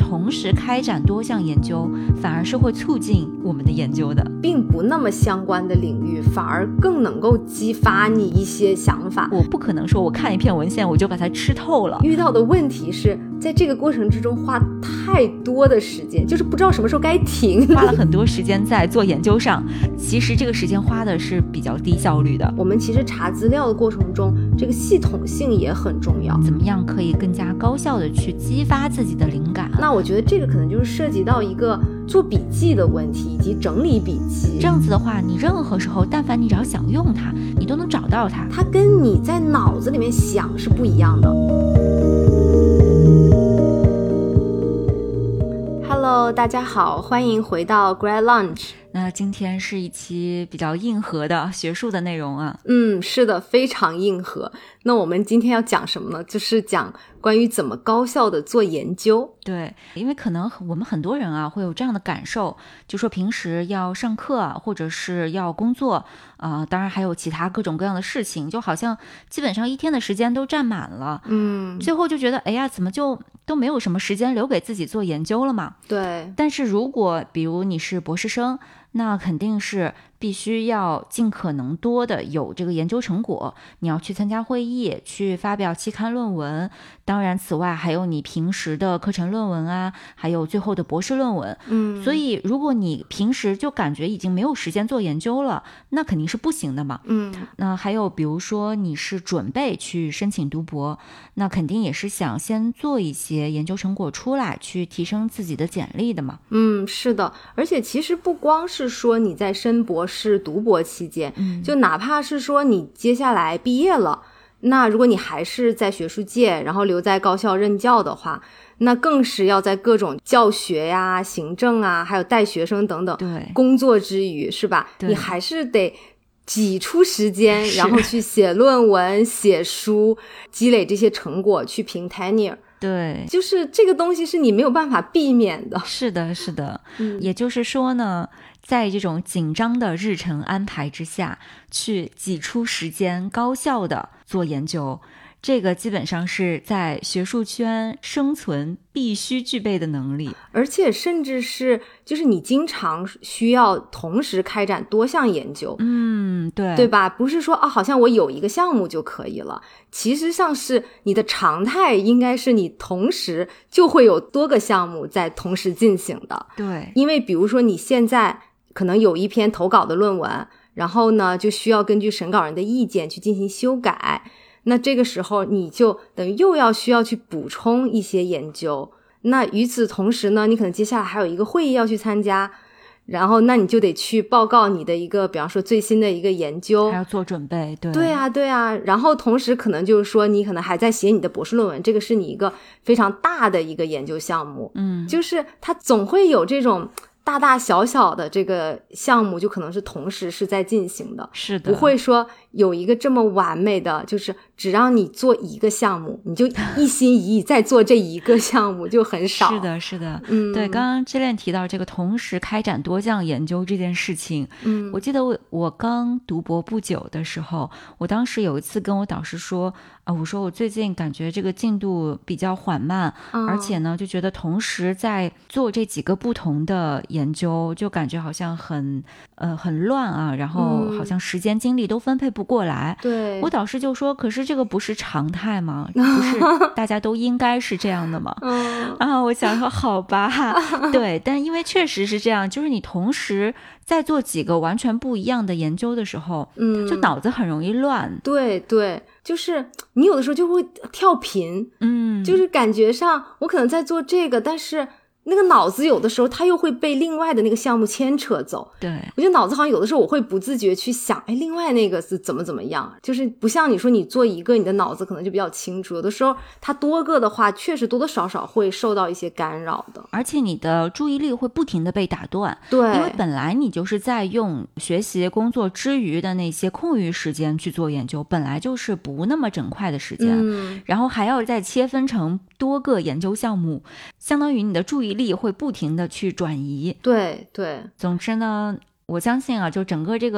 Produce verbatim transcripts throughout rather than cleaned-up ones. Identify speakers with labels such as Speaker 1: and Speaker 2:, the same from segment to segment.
Speaker 1: 同时开展多项研究，反而是会促进我们的研究的。
Speaker 2: 并不那么相关的领域，反而更能够激发你一些想法。
Speaker 1: 我不可能说我看一篇文献我就把它吃透了。
Speaker 2: 遇到的问题是在这个过程之中花太多的时间，就是不知道什么时候该停，
Speaker 1: 花了很多时间在做研究上，其实这个时间花的是比较低效率的。
Speaker 2: 我们其实查资料的过程中，这个系统性也很重要。
Speaker 1: 怎么样可以更加高效的去激发自己的灵感？
Speaker 2: 那我觉得这个可能就是涉及到一个做笔记的问题，以及整理笔记。
Speaker 1: 这样子的话，你任何时候但凡你只要想用它，你都能找到它。
Speaker 2: 它跟你在脑子里面想是不一样的。Hello， 大家好，欢迎回到 Grad Lunch。
Speaker 1: 那今天是一期比较硬核的学术的内容啊。
Speaker 2: 嗯，是的，非常硬核。那我们今天要讲什么呢？就是讲关于怎么高效的做研究。
Speaker 1: 对，因为可能我们很多人啊会有这样的感受，就说平时要上课或者是要工作，呃，当然还有其他各种各样的事情，就好像基本上一天的时间都占满了。
Speaker 2: 嗯，
Speaker 1: 最后就觉得，哎呀，怎么就都没有什么时间留给自己做研究了嘛？
Speaker 2: 对。
Speaker 1: 但是如果比如你是博士生，那肯定是必须要尽可能多的有这个研究成果，你要去参加会议，去发表期刊论文，当然此外还有你平时的课程论文啊，还有最后的博士论文。
Speaker 2: 嗯，
Speaker 1: 所以如果你平时就感觉已经没有时间做研究了，那肯定是不行的嘛。
Speaker 2: 嗯，
Speaker 1: 那还有比如说你是准备去申请读博，那肯定也是想先做一些研究成果出来，去提升自己的简历的嘛。
Speaker 2: 嗯，是的，而且其实不光是说你在申博士读博期间，
Speaker 1: 嗯，
Speaker 2: 就哪怕是说你接下来毕业了，那如果你还是在学术界，然后留在高校任教的话，那更是要在各种教学呀、行政啊，还有带学生等等
Speaker 1: 对
Speaker 2: 工作之余，是吧？
Speaker 1: 对，
Speaker 2: 你还是得挤出时间，然后去写论文、写书，积累这些成果，去评 tenure。
Speaker 1: 对，
Speaker 2: 就是这个东西是你没有办法避免的。
Speaker 1: 是的，是的。
Speaker 2: 嗯，
Speaker 1: 也就是说呢，在这种紧张的日程安排之下，去挤出时间高效的做研究，这个基本上是在学术圈生存必须具备的能力，
Speaker 2: 而且甚至是就是你经常需要同时开展多项研究。
Speaker 1: 嗯，对，
Speaker 2: 对吧？不是说啊，好像我有一个项目就可以了。其实上是你的常态应该是你同时就会有多个项目在同时进行的。
Speaker 1: 对，
Speaker 2: 因为比如说你现在可能有一篇投稿的论文，然后呢就需要根据审稿人的意见去进行修改，那这个时候你就等于又要需要去补充一些研究。那与此同时呢，你可能接下来还有一个会议要去参加，然后那你就得去报告你的一个比方说最新的一个研究，
Speaker 1: 还要做准备。对，
Speaker 2: 对啊对啊，然后同时可能就是说你可能还在写你的博士论文，这个是你一个非常大的一个研究项目。
Speaker 1: 嗯，
Speaker 2: 就是它总会有这种大大小小的这个项目就可能是同时是在进行的，
Speaker 1: 是的，
Speaker 2: 不会说有一个这么完美的，就是只让你做一个项目，你就一心一意在做这一个项目，就很少。
Speaker 1: 是的，是的，
Speaker 2: 嗯，
Speaker 1: 对，刚刚之恋提到这个同时开展多项研究这件事情，
Speaker 2: 嗯，
Speaker 1: 我记得我我刚读博不久的时候，我当时有一次跟我导师说啊，我说我最近感觉这个进度比较缓慢，
Speaker 2: 嗯，
Speaker 1: 而且呢，就觉得同时在做这几个不同的研究，就感觉好像很呃很乱啊，然后好像时间精力都分配不过来。
Speaker 2: 嗯，对，
Speaker 1: 我导师就说，可是这个不是常态吗？不是大家都应该是这样的吗？
Speaker 2: 嗯，
Speaker 1: 然后我想说好吧，对，但因为确实是这样，就是你同时在做几个完全不一样的研究的时候，
Speaker 2: 嗯，
Speaker 1: 就脑子很容易乱。
Speaker 2: 对对，就是你有的时候就会跳频，
Speaker 1: 嗯，
Speaker 2: 就是感觉上我可能在做这个，但是那个脑子有的时候它又会被另外的那个项目牵扯走。
Speaker 1: 对，
Speaker 2: 我觉得脑子好像有的时候我会不自觉去想，哎，另外那个是怎么怎么样，就是不像你说你做一个，你的脑子可能就比较清楚，有的时候它多个的话，确实多多少少会受到一些干扰的，
Speaker 1: 而且你的注意力会不停的被打断。
Speaker 2: 对，
Speaker 1: 因为本来你就是在用学习工作之余的那些空余时间去做研究，本来就是不那么整块的时间，
Speaker 2: 嗯，
Speaker 1: 然后还要再切分成多个研究项目，相当于你的注意力会不停的去转移。
Speaker 2: 对对，
Speaker 1: 总之呢，我相信啊，就整个这个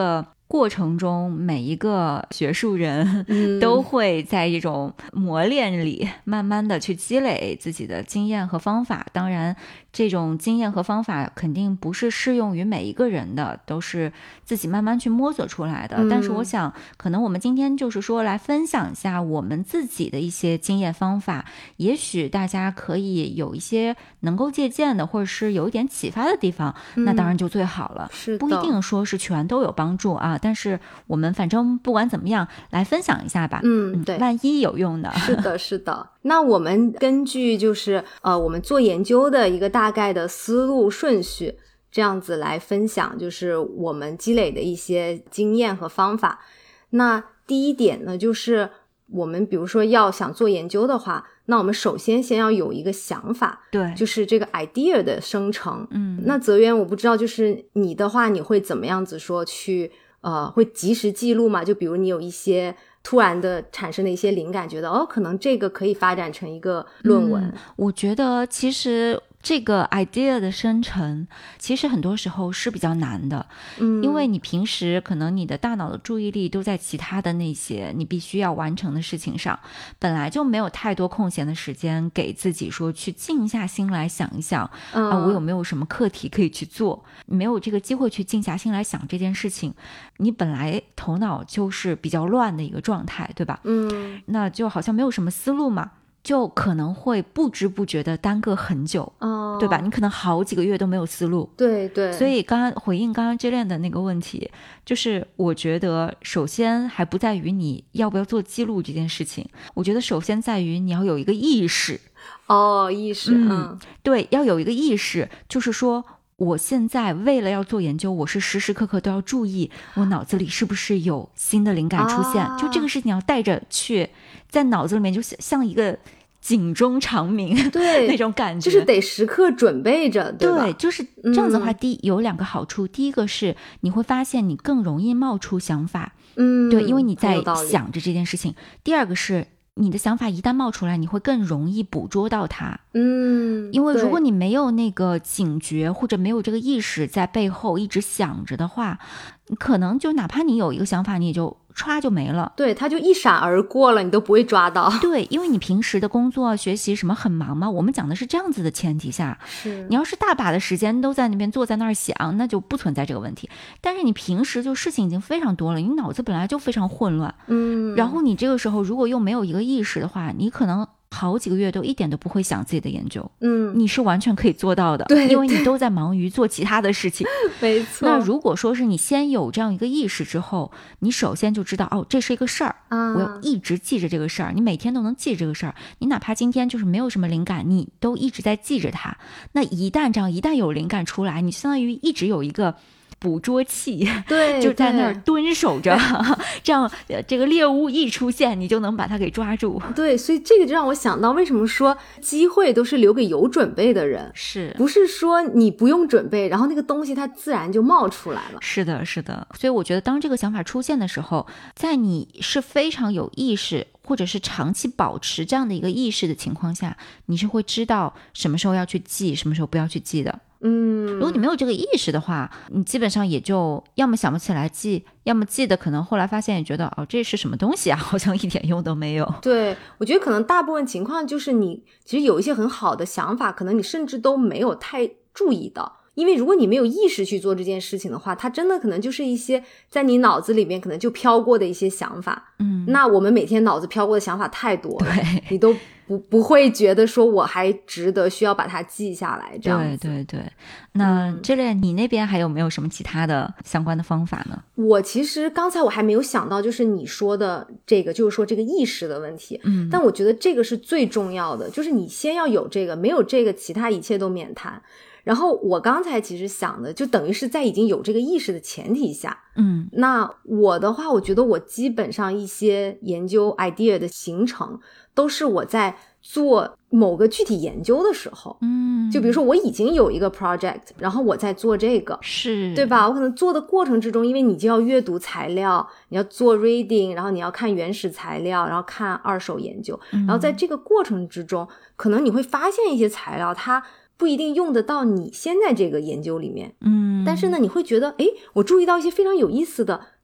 Speaker 1: 过程中每一个学术人、
Speaker 2: 嗯、
Speaker 1: 都会在这种磨练里慢慢的去积累自己的经验和方法，当然这种经验和方法肯定不是适用于每一个人的，都是自己慢慢去摸索出来的、嗯、但是我想可能我们今天就是说来分享一下我们自己的一些经验方法，也许大家可以有一些能够借鉴的，或者是有一点启发的地方、嗯、那当然就最好了，
Speaker 2: 是的，
Speaker 1: 不一定说是全都有帮助啊，但是我们反正不管怎么样来分享一下吧，
Speaker 2: 嗯，对，
Speaker 1: 万一有用的。
Speaker 2: 是的，是的。那我们根据就是呃我们做研究的一个大概的思路顺序，这样子来分享就是我们积累的一些经验和方法。那第一点呢，就是我们比如说要想做研究的话，那我们首先先要有一个想法，
Speaker 1: 对，
Speaker 2: 就是这个 idea 的生成。
Speaker 1: 嗯，
Speaker 2: 那泽源我不知道就是你的话你会怎么样子说去呃会及时记录吗？就比如你有一些突然的产生的一些灵感，觉得哦可能这个可以发展成一个论文、
Speaker 1: 嗯、我觉得其实这个 idea 的生成其实很多时候是比较难的，
Speaker 2: 嗯，
Speaker 1: 因为你平时可能你的大脑的注意力都在其他的那些你必须要完成的事情上，本来就没有太多空闲的时间给自己说去静下心来想一想、嗯、啊，我有没有什么课题可以去做，没有这个机会去静下心来想这件事情，你本来头脑就是比较乱的一个状态，对吧？
Speaker 2: 嗯，
Speaker 1: 那就好像没有什么思路嘛，就可能会不知不觉的耽搁很久、哦、对吧？你可能好几个月都没有思路。
Speaker 2: 对对，
Speaker 1: 所以刚刚回应刚刚Jillian的那个问题，就是我觉得首先还不在于你要不要做记录这件事情，我觉得首先在于你要有一个意识。
Speaker 2: 哦，意识，嗯，
Speaker 1: 嗯对，要有一个意识，就是说我现在为了要做研究，我是时时刻刻都要注意我脑子里是不是有新的灵感出现、啊、就这个事情要带着去在脑子里面，就像一个警钟长鸣，对那种感觉，
Speaker 2: 就是得时刻准备着，对吧？
Speaker 1: 对，就是这样子的话、嗯、第一有两个好处，第一个是你会发现你更容易冒出想法，
Speaker 2: 嗯，
Speaker 1: 对，因为你在想着这件事情。第二个是你的想法一旦冒出来，你会更容易捕捉到它，
Speaker 2: 嗯，
Speaker 1: 因为如果你没有那个警觉或者没有这个意识在背后一直想着的话，你可能就哪怕你有一个想法，你也就歘就没了，
Speaker 2: 对，它就一闪而过了，你都不会抓到。
Speaker 1: 对，因为你平时的工作学习什么很忙嘛，我们讲的是这样子的前提下，
Speaker 2: 是
Speaker 1: 你要是大把的时间都在那边坐在那儿想，那就不存在这个问题。但是你平时就事情已经非常多了，你脑子本来就非常混乱，
Speaker 2: 嗯，
Speaker 1: 然后你这个时候如果又没有一个意识的话，你可能好几个月都一点都不会想自己的研究，
Speaker 2: 嗯，
Speaker 1: 你是完全可以做到的，
Speaker 2: 对，
Speaker 1: 因为你都在忙于做其他的事情，
Speaker 2: 没错。
Speaker 1: 那如果说是你先有这样一个意识之后，你首先就知道哦，这是一个事儿、啊、我要一直记着这个事儿，你每天都能记这个事儿，你哪怕今天就是没有什么灵感，你都一直在记着它，那一旦这样一旦有灵感出来，你相当于一直有一个捕捉器，
Speaker 2: 对，
Speaker 1: 就在那儿蹲守着，这样这个猎物一出现，你就能把它给抓住。
Speaker 2: 对，所以这个就让我想到，为什么说机会都是留给有准备的人，
Speaker 1: 是
Speaker 2: 不是说你不用准备，然后那个东西它自然就冒出来了？
Speaker 1: 是的，是的。所以我觉得，当这个想法出现的时候，在你是非常有意识，或者是长期保持这样的一个意识的情况下，你是会知道什么时候要去记，什么时候不要去记的。
Speaker 2: 嗯，
Speaker 1: 如果你没有这个意识的话，你基本上也就要么想不起来记，要么记得可能后来发现也觉得哦，这是什么东西啊，好像一点用都没有。
Speaker 2: 对，我觉得可能大部分情况就是你其实有一些很好的想法，可能你甚至都没有太注意到，因为如果你没有意识去做这件事情的话，它真的可能就是一些在你脑子里面可能就飘过的一些想法。
Speaker 1: 嗯，
Speaker 2: 那我们每天脑子飘过的想法太多了，你都不不会觉得说我还值得需要把它记下来这样子。
Speaker 1: 对对对。那这类、嗯、你那边还有没有什么其他的相关的方法呢？
Speaker 2: 我其实刚才我还没有想到就是你说的这个，就是说这个意识的问题。
Speaker 1: 嗯，
Speaker 2: 但我觉得这个是最重要的，就是你先要有这个，没有这个其他一切都免谈。然后我刚才其实想的就等于是在已经有这个意识的前提下，
Speaker 1: 嗯，
Speaker 2: 那我的话我觉得我基本上一些研究 idea 的形成都是我在做某个具体研究的时候，
Speaker 1: 嗯，
Speaker 2: 就比如说我已经有一个 project， 然后我在做这个，
Speaker 1: 是
Speaker 2: 对吧？我可能做的过程之中，因为你就要阅读材料，你要做 reading， 然后你要看原始材料，然后看二手研究，
Speaker 1: 嗯，
Speaker 2: 然后在这个过程之中，可能你会发现一些材料它不一定用得到你现在这个研究里面，
Speaker 1: 嗯，
Speaker 2: 但是呢你会觉得诶我注意到一些非常有意思的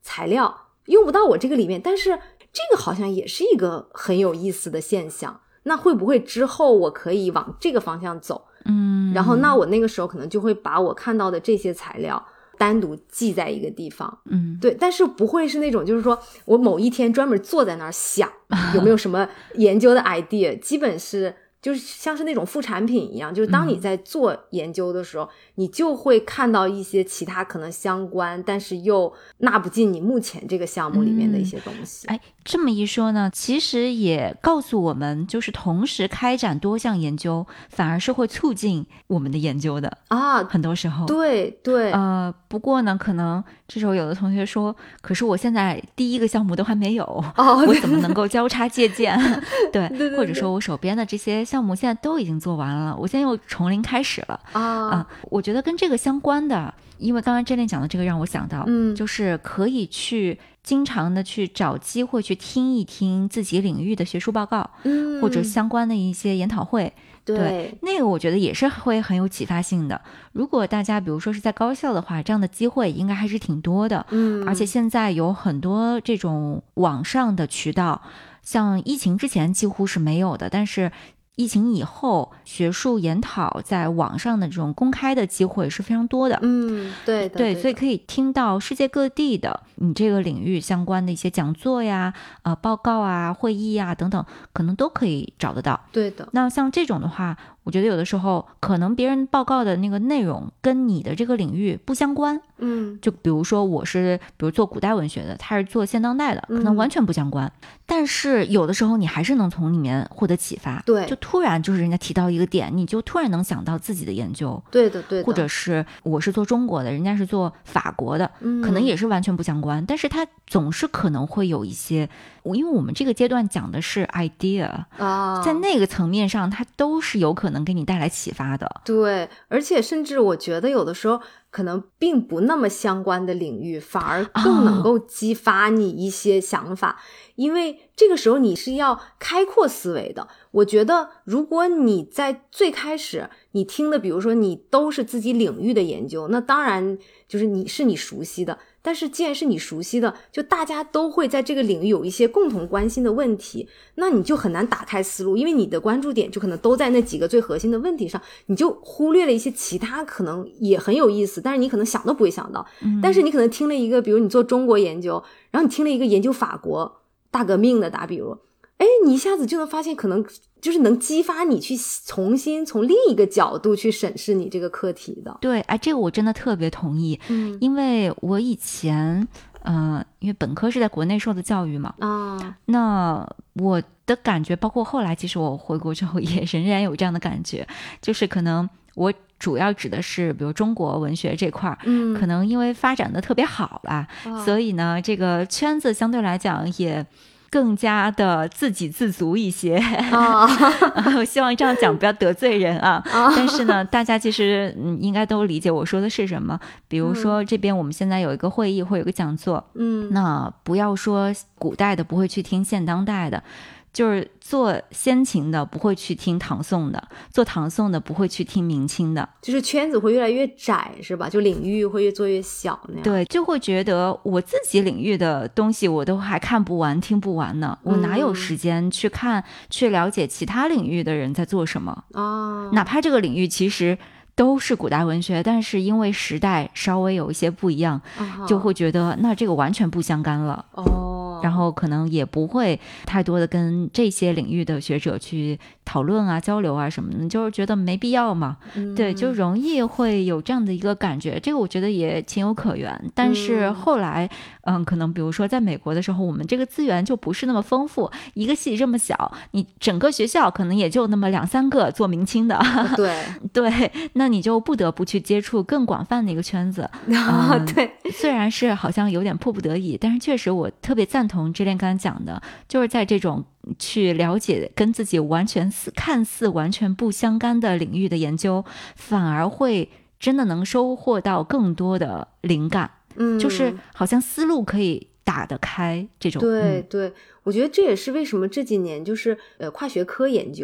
Speaker 2: 材料用不到我这个里面，但是这个好像也是一个很有意思的现象，那会不会之后我可以往这个方向走？
Speaker 1: 嗯，
Speaker 2: 然后那我那个时候可能就会把我看到的这些材料单独记在一个地方。
Speaker 1: 嗯，
Speaker 2: 对，但是不会是那种就是说我某一天专门坐在那儿想有没有什么研究的 idea 基本是就是像是那种副产品一样，就是当你在做研究的时候、嗯、你就会看到一些其他可能相关但是又纳不进你目前这个项目里面的一些东西、
Speaker 1: 嗯、哎，这么一说呢，其实也告诉我们就是同时开展多项研究反而是会促进我们的研究的
Speaker 2: 啊，
Speaker 1: 很多时候。
Speaker 2: 对对，
Speaker 1: 呃，不过呢可能这时候有的同学说，可是我现在第一个项目都还没有、哦、我怎么能够交叉借鉴对, 对, 对, 对，或者说我手边的这些项目现在都已经做完了，我现在又从零开始了啊、呃！我觉得跟这个相关的，因为刚刚真莲讲的这个让我想到，
Speaker 2: 嗯，
Speaker 1: 就是可以去经常的去找机会去听一听自己领域的学术报告，
Speaker 2: 嗯，
Speaker 1: 或者相关的一些研讨会。
Speaker 2: 对,
Speaker 1: 对，那个我觉得也是会很有启发性的。如果大家比如说是在高校的话，这样的机会应该还是挺多的。
Speaker 2: 嗯，
Speaker 1: 而且现在有很多这种网上的渠道，像疫情之前几乎是没有的，但是疫情以后学术研讨在网上的这种公开的机会是非常多的。
Speaker 2: 嗯，对的，
Speaker 1: 对，
Speaker 2: 对，
Speaker 1: 所以可以听到世界各地的你这个领域相关的一些讲座呀、呃报告啊、会议啊等等，可能都可以找得到。
Speaker 2: 对的。
Speaker 1: 那像这种的话，我觉得有的时候可能别人报告的那个内容跟你的这个领域不相关。
Speaker 2: 嗯，
Speaker 1: 就比如说我是比如做古代文学的，他是做现当代的，可能完全不相关、嗯、但是有的时候你还是能从里面获得启发。
Speaker 2: 对，
Speaker 1: 就突然就是人家提到一个点，你就突然能想到自己的研究。
Speaker 2: 对的对的。
Speaker 1: 或者是我是做中国的，人家是做法国的、嗯、可能也是完全不相关，但是它总是可能会有一些，因为我们这个阶段讲的是 idea
Speaker 2: 啊，
Speaker 1: 在那个层面上它都是有可能给你带来启发的。
Speaker 2: 对，而且甚至我觉得有的时候可能并不那么相关的领域反而更能够激发你一些想法、哦、因为这个时候你是要开阔思维的。我觉得如果你在最开始你听的比如说你都是自己领域的研究，那当然就是你是你熟悉的，但是既然是你熟悉的，就大家都会在这个领域有一些共同关心的问题，那你就很难打开思路，因为你的关注点就可能都在那几个最核心的问题上，你就忽略了一些其他可能也很有意思但是你可能想都不会想到、嗯、但是你可能听了一个比如你做中国研究，然后你听了一个研究法国大革命的打比如，哎，你一下子就能发现可能就是能激发你去重新从另一个角度去审视你这个课题的。
Speaker 1: 对，哎，这个我真的特别同意。嗯，因为我以前呃，因为本科是在国内受的教育嘛，
Speaker 2: 啊，
Speaker 1: 那我的感觉包括后来其实我回国之后也仍然有这样的感觉，就是可能我主要指的是比如中国文学这块，
Speaker 2: 嗯，
Speaker 1: 可能因为发展的特别好吧、哦、所以呢这个圈子相对来讲也更加的自给自足一些、哦、我希望这样讲不要得罪人啊、哦、但是呢大家其实、嗯、应该都理解我说的是什么。比如说这边我们现在有一个会议或有一个讲座，
Speaker 2: 嗯，
Speaker 1: 那不要说古代的不会去听现当代的，就是做先秦的不会去听唐宋的，做唐宋的不会去听明清的，
Speaker 2: 就是圈子会越来越窄是吧？就领域会越做越小那样。
Speaker 1: 对，就会觉得我自己领域的东西我都还看不完听不完呢，我哪有时间去看、嗯、去了解其他领域的人在做什么、
Speaker 2: 哦、
Speaker 1: 哪怕这个领域其实都是古代文学，但是因为时代稍微有一些不一样、哦、就会觉得那这个完全不相干了
Speaker 2: 哦，
Speaker 1: 然后可能也不会太多的跟这些领域的学者去讨论啊交流啊什么的，就是觉得没必要嘛、嗯、对，就容易会有这样的一个感觉，这个我觉得也情有可原。但是后来嗯可能比如说在美国的时候我们这个资源就不是那么丰富，一个系这么小，你整个学校可能也就那么两三个做明清的，
Speaker 2: 对
Speaker 1: 对，那你就不得不去接触更广泛的一个圈子、
Speaker 2: 嗯
Speaker 1: 嗯、
Speaker 2: 对，
Speaker 1: 虽然是好像有点迫不得已，但是确实我特别赞同之前刚才讲的，就是在这种去了解跟自己完全似看似完全不相干的领域的研究，反而会真的能收获到更多的灵感，
Speaker 2: 嗯，
Speaker 1: 就是好像思路可以打得开这种。
Speaker 2: 对对，我觉得这也是为什么这几年就是呃跨学科研究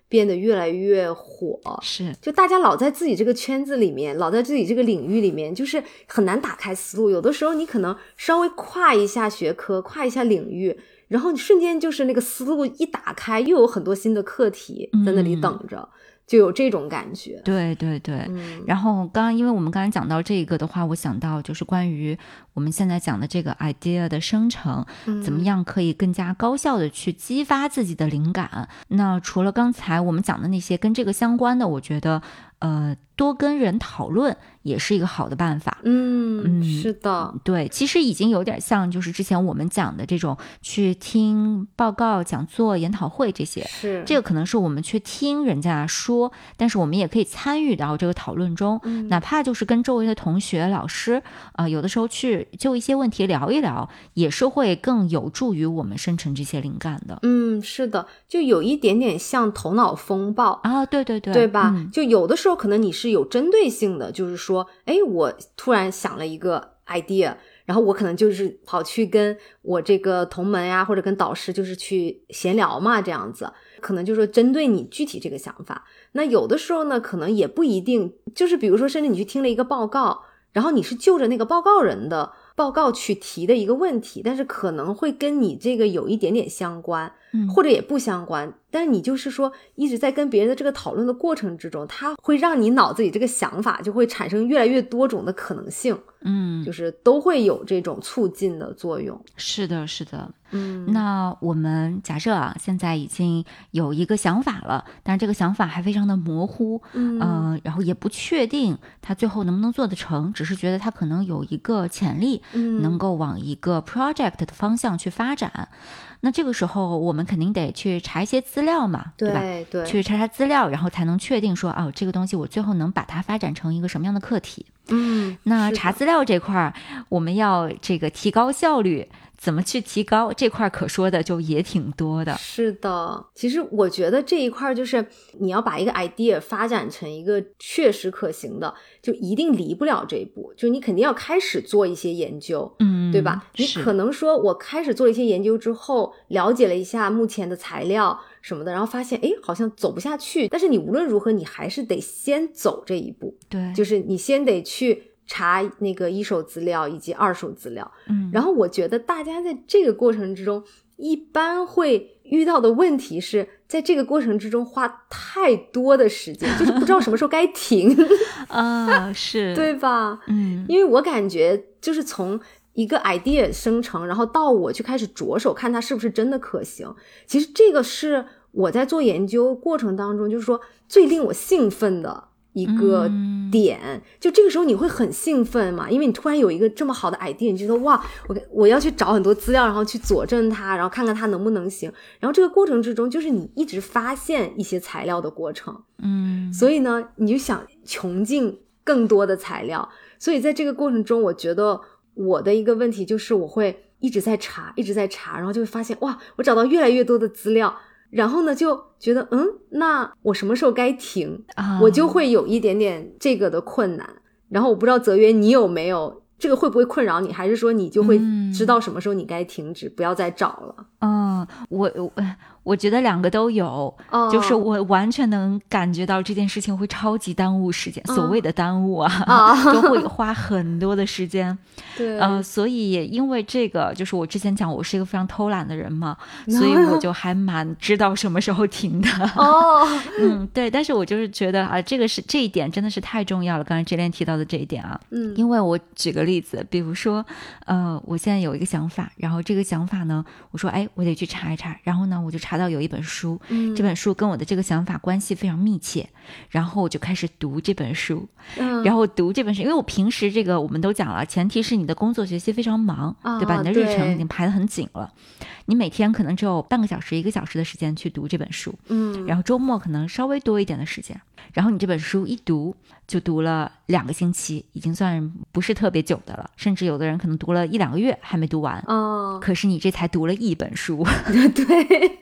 Speaker 2: 变得越来越火。
Speaker 1: 是，
Speaker 2: 就大家老在自己这个圈子里面，老在自己这个领域里面，就是很难打开思路。有的时候你可能稍微跨一下学科，跨一下领域，然后你瞬间就是那个思路一打开，又有很多新的课题在那里等着。嗯，就有这种感觉。
Speaker 1: 对对对、嗯、然后刚刚因为我们刚才讲到这个的话，我想到就是关于我们现在讲的这个 idea 的生成、嗯、怎么样可以更加高效的去激发自己的灵感。那除了刚才我们讲的那些跟这个相关的，我觉得呃，多跟人讨论也是一个好的办法。
Speaker 2: 嗯，是的，
Speaker 1: 对，其实已经有点像就是之前我们讲的这种去听报告、讲座、研讨会这些，
Speaker 2: 是
Speaker 1: 这个可能是我们去听人家说，但是我们也可以参与到这个讨论中、嗯、哪怕就是跟周围的同学、老师呃，有的时候去就一些问题聊一聊，也是会更有助于我们生成这些灵感的。
Speaker 2: 嗯，是的，就有一点点像头脑风暴
Speaker 1: 啊，对对对，
Speaker 2: 对吧、
Speaker 1: 嗯、
Speaker 2: 就有的时候可能你是有针对性的，就是说哎，我突然想了一个 idea， 然后我可能就是跑去跟我这个同门呀、啊、或者跟导师就是去闲聊嘛，这样子可能就是说针对你具体这个想法。那有的时候呢可能也不一定，就是比如说甚至你去听了一个报告，然后你是就着那个报告人的报告去提的一个问题，但是可能会跟你这个有一点点相关、嗯、或者也不相关，但是你就是说一直在跟别人的这个讨论的过程之中，它会让你脑子里这个想法就会产生越来越多种的可能性，
Speaker 1: 嗯，
Speaker 2: 就是都会有这种促进的作用。
Speaker 1: 是的是的，
Speaker 2: 嗯，
Speaker 1: 那我们假设啊现在已经有一个想法了，但是这个想法还非常的模糊，嗯、呃，然后也不确定它最后能不能做得成，只是觉得它可能有一个潜力、嗯、能够往一个 project 的方向去发展。那这个时候我们肯定得去查一些资料嘛， 对, 对吧？
Speaker 2: 对，
Speaker 1: 去查查资料，然后才能确定说哦，这个东西我最后能把它发展成一个什么样的课题。
Speaker 2: 嗯，
Speaker 1: 那查资料这块我们要这个提高效率，怎么去提高这块可说的就也挺多的。
Speaker 2: 是的，其实我觉得这一块就是你要把一个 idea 发展成一个确实可行的，就一定离不了这一步，就你肯定要开始做一些研究，
Speaker 1: 嗯，
Speaker 2: 对吧？你可能说我开始做了一些研究之后，了解了一下目前的材料什么的，然后发现诶好像走不下去，但是你无论如何你还是得先走这一步，
Speaker 1: 对，
Speaker 2: 就是你先得去查那个一手资料以及二手资料，
Speaker 1: 嗯，
Speaker 2: 然后我觉得大家在这个过程之中一般会遇到的问题是在这个过程之中花太多的时间，就是不知道什么时候该停
Speaker 1: 啊，是
Speaker 2: 对吧？
Speaker 1: 嗯，
Speaker 2: 因为我感觉就是从一个 idea 生成，然后到我去开始着手看它是不是真的可行，其实这个是我在做研究过程当中就是说最令我兴奋的一个点、嗯、就这个时候你会很兴奋嘛，因为你突然有一个这么好的 idea， 你觉得哇我我要去找很多资料，然后去佐证它，然后看看它能不能行，然后这个过程之中就是你一直发现一些材料的过程，
Speaker 1: 嗯，
Speaker 2: 所以呢你就想穷尽更多的材料，所以在这个过程中我觉得我的一个问题就是我会一直在查一直在查，然后就会发现哇我找到越来越多的资料，然后呢就觉得嗯那我什么时候该停、啊、我就会有一点点这个的困难。然后我不知道泽约你有没有这个，会不会困扰你，还是说你就会知道什么时候你该停止、嗯、不要再找了。
Speaker 1: 嗯，我我我觉得两个都有、哦、就是我完全能感觉到这件事情会超级耽误时间、嗯、所谓的耽误啊、哦、就会花很多的时间
Speaker 2: 对，
Speaker 1: 呃，所以因为这个就是我之前讲我是一个非常偷懒的人嘛、哦、所以我就还蛮知道什么时候停的
Speaker 2: 哦，
Speaker 1: 嗯，对，但是我就是觉得啊，这个是这一点真的是太重要了，刚才Jillian提到的这一点啊，
Speaker 2: 嗯，
Speaker 1: 因为我举个例子，比如说呃，我现在有一个想法，然后这个想法呢我说哎我得去查一查，然后呢我就查到有一本书、嗯、这本书跟我的这个想法关系非常密切，然后我就开始读这本书、嗯、然后读这本书，因为我平时这个我们都讲了，前提是你的工作学习非常忙、哦、对吧，你的日程已经排得很紧了，你每天可能只有半个小时一个小时的时间去读这本书，
Speaker 2: 嗯，
Speaker 1: 然后周末可能稍微多一点的时间，然后你这本书一读就读了两个星期，已经算不是特别久的了，甚至有的人可能读了一两个月还没读完，
Speaker 2: 哦，
Speaker 1: 可是你这才读了一本书
Speaker 2: 对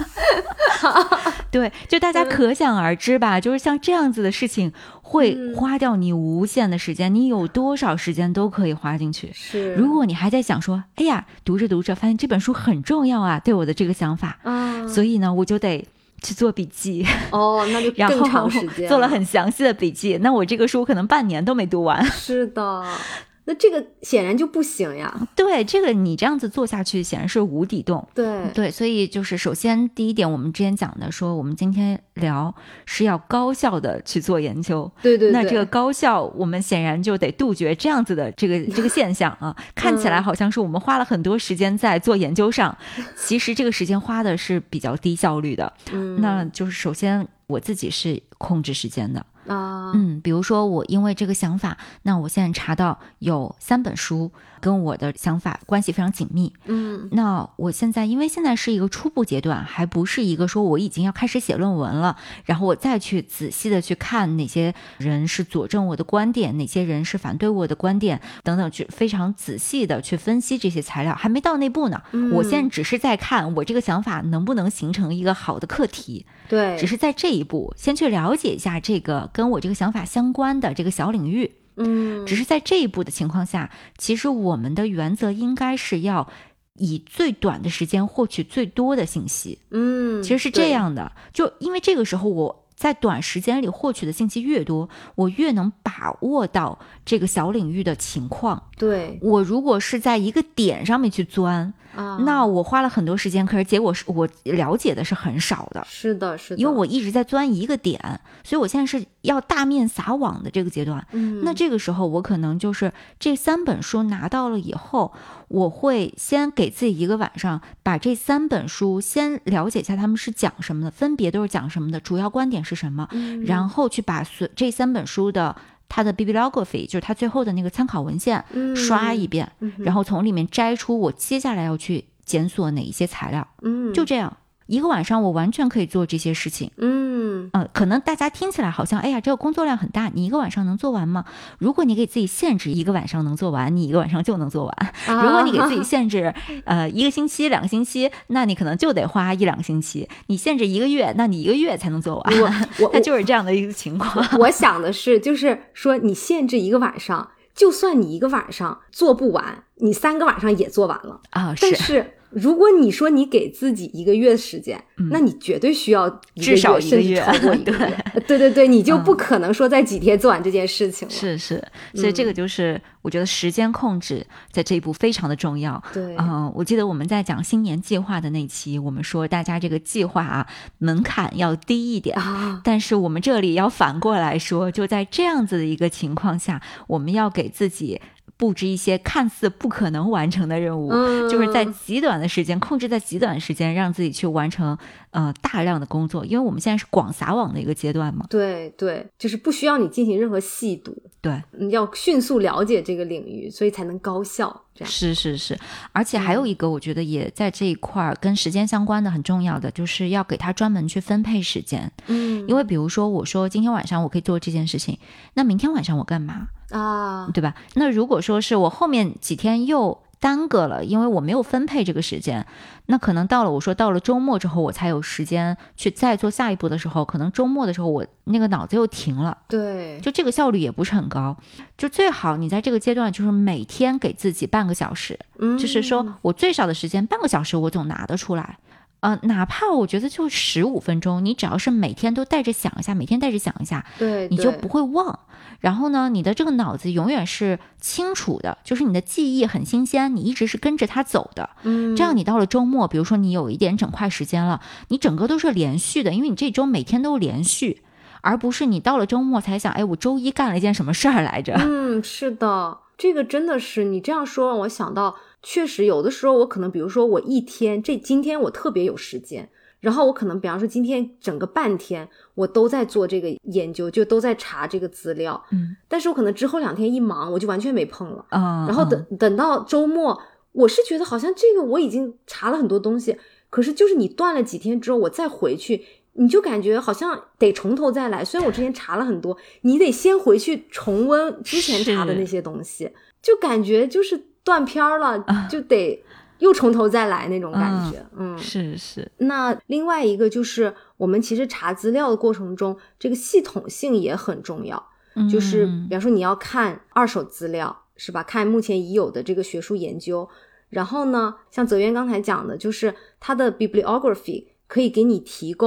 Speaker 1: 对，就大家可想而知吧、嗯、就是像这样子的事情会花掉你无限的时间、嗯、你有多少时间都可以花进去，
Speaker 2: 是，
Speaker 1: 如果你还在想说哎呀读着读着发现这本书很重要啊，对我的这个想法、
Speaker 2: 嗯、
Speaker 1: 所以呢我就得去做笔记。
Speaker 2: 哦，那就更长时间，
Speaker 1: 做了很详细的笔记。那我这个书可能半年都没读完。
Speaker 2: 是的。那这个显然就不行呀。
Speaker 1: 对，这个你这样子做下去显然是无底洞。
Speaker 2: 对
Speaker 1: 对，所以就是首先第一点，我们之前讲的说我们今天聊是要高效的去做研究。
Speaker 2: 对对对。
Speaker 1: 那这个高效我们显然就得杜绝这样子的这个这个现象啊。看起来好像是我们花了很多时间在做研究上，嗯、其实这个时间花的是比较低效率的。
Speaker 2: 嗯，
Speaker 1: 那就是首先我自己是控制时间的。
Speaker 2: 啊，
Speaker 1: 嗯，比如说我因为这个想法，那我现在查到有三本书跟我的想法关系非常紧密。
Speaker 2: 嗯，
Speaker 1: 那我现在因为现在是一个初步阶段，还不是一个说我已经要开始写论文了，然后我再去仔细的去看哪些人是佐证我的观点，哪些人是反对我的观点等等，去非常仔细的去分析这些材料，还没到那步呢。
Speaker 2: 嗯、
Speaker 1: 我现在只是在看我这个想法能不能形成一个好的课题。
Speaker 2: 对，
Speaker 1: 只是在这一步先去了解一下这个跟我这个想法相关的这个小领域。
Speaker 2: 嗯，
Speaker 1: 只是在这一步的情况下，其实我们的原则应该是要以最短的时间获取最多的信息。
Speaker 2: 嗯，
Speaker 1: 其实是这样的，就因为这个时候我在短时间里获取的信息越多，我越能把握到这个小领域的情况。
Speaker 2: 对，
Speaker 1: 我如果是在一个点上面去钻，
Speaker 2: 啊，
Speaker 1: 那我花了很多时间，可是结果是我了解的是很少的。
Speaker 2: 是的，是的，
Speaker 1: 因为我一直在钻一个点，所以我现在是要大面撒网的这个阶段。
Speaker 2: 嗯，
Speaker 1: 那这个时候我可能就是这三本书拿到了以后，我会先给自己一个晚上，把这三本书先了解一下他们是讲什么的，分别都是讲什么的，主要观点是什么，
Speaker 2: 嗯、
Speaker 1: 然后去把这三本书的它的 bibliography 就是它最后的那个参考文献刷一遍，
Speaker 2: 嗯、
Speaker 1: 然后从里面摘出我接下来要去检索哪一些材料。
Speaker 2: 嗯，
Speaker 1: 就这样一个晚上我完全可以做这些事情。
Speaker 2: 嗯
Speaker 1: 呃，可能大家听起来好像哎呀这个工作量很大，你一个晚上能做完吗？如果你给自己限制一个晚上能做完，你一个晚上就能做完。
Speaker 2: 啊、
Speaker 1: 如果你给自己限制呃一个星期两个星期，那你可能就得花一两个星期。你限制一个月，那你一个月才能做完。
Speaker 2: 我我
Speaker 1: 它就是这样的一个情况。
Speaker 2: 我想的是就是说你限制一个晚上，就算你一个晚上做不完，你三个晚上也做完了
Speaker 1: 啊。
Speaker 2: 但是如果你说你给自己一个月的时间、嗯、那你绝对需要一个月，
Speaker 1: 至少一个月，
Speaker 2: 甚至超过一个月。对对对对，你就不可能说在几天做完这件事情了。
Speaker 1: 嗯、是是，所以这个就是我觉得时间控制在这一步非常的重要。
Speaker 2: 对，
Speaker 1: 嗯，我记得我们在讲新年计划的那期，我们说大家这个计划啊门槛要低一点、
Speaker 2: 啊、
Speaker 1: 但是我们这里要反过来说，就在这样子的一个情况下，我们要给自己布置一些看似不可能完成的任务、
Speaker 2: 嗯、
Speaker 1: 就是在极短的时间控制在极短的时间让自己去完成呃大量的工作，因为我们现在是广撒网的一个阶段嘛。
Speaker 2: 对对，就是不需要你进行任何细读，
Speaker 1: 对，
Speaker 2: 你要迅速了解这个领域，所以才能高效。这样
Speaker 1: 是是是，而且还有一个我觉得也在这一块跟时间相关的很重要的，就是要给他专门去分配时间。
Speaker 2: 嗯，
Speaker 1: 因为比如说我说今天晚上我可以做这件事情，那明天晚上我干嘛
Speaker 2: 啊？
Speaker 1: 对吧？那如果说是我后面几天又耽搁了，因为我没有分配这个时间，那可能到了我说到了周末之后我才有时间去再做下一步的时候，可能周末的时候我那个脑子又停了。
Speaker 2: 对，
Speaker 1: 就这个效率也不是很高。就最好你在这个阶段就是每天给自己半个小时、
Speaker 2: 嗯、
Speaker 1: 就是说我最少的时间半个小时我总拿得出来。呃，哪怕我觉得就十五分钟，你只要是每天都带着想一下，每天带着想一下，
Speaker 2: 对，
Speaker 1: 你就不会忘。然后呢，你的这个脑子永远是清楚的，就是你的记忆很新鲜，你一直是跟着它走的。
Speaker 2: 嗯，
Speaker 1: 这样你到了周末，比如说你有一点整块时间了，你整个都是连续的，因为你这周每天都连续，而不是你到了周末才想，哎，我周一干了一件什么事儿来着？
Speaker 2: 嗯，是的，这个真的是你这样说让我想到。确实有的时候我可能比如说我一天这今天我特别有时间，然后我可能比方说今天整个半天我都在做这个研究，就都在查这个资料，
Speaker 1: 嗯，
Speaker 2: 但是我可能之后两天一忙我就完全没碰了，
Speaker 1: 嗯，
Speaker 2: 然后等等到周末我是觉得好像这个我已经查了很多东西，可是就是你断了几天之后我再回去，你就感觉好像得从头再来，虽然我之前查了很多，你得先回去重温之前查的那些东西，就感觉就是断片了，就得又从头再来那种感觉。嗯，
Speaker 1: 嗯是是。
Speaker 2: 那另外一个就是我们其实查资料的过程中，这个系统性也很重要。
Speaker 1: 嗯、
Speaker 2: 就是比方说你要看二手资料，是吧？看目前已有的这个学术研究。然后呢，像泽渊刚才讲的，就是它的 bibliography 可以给你提供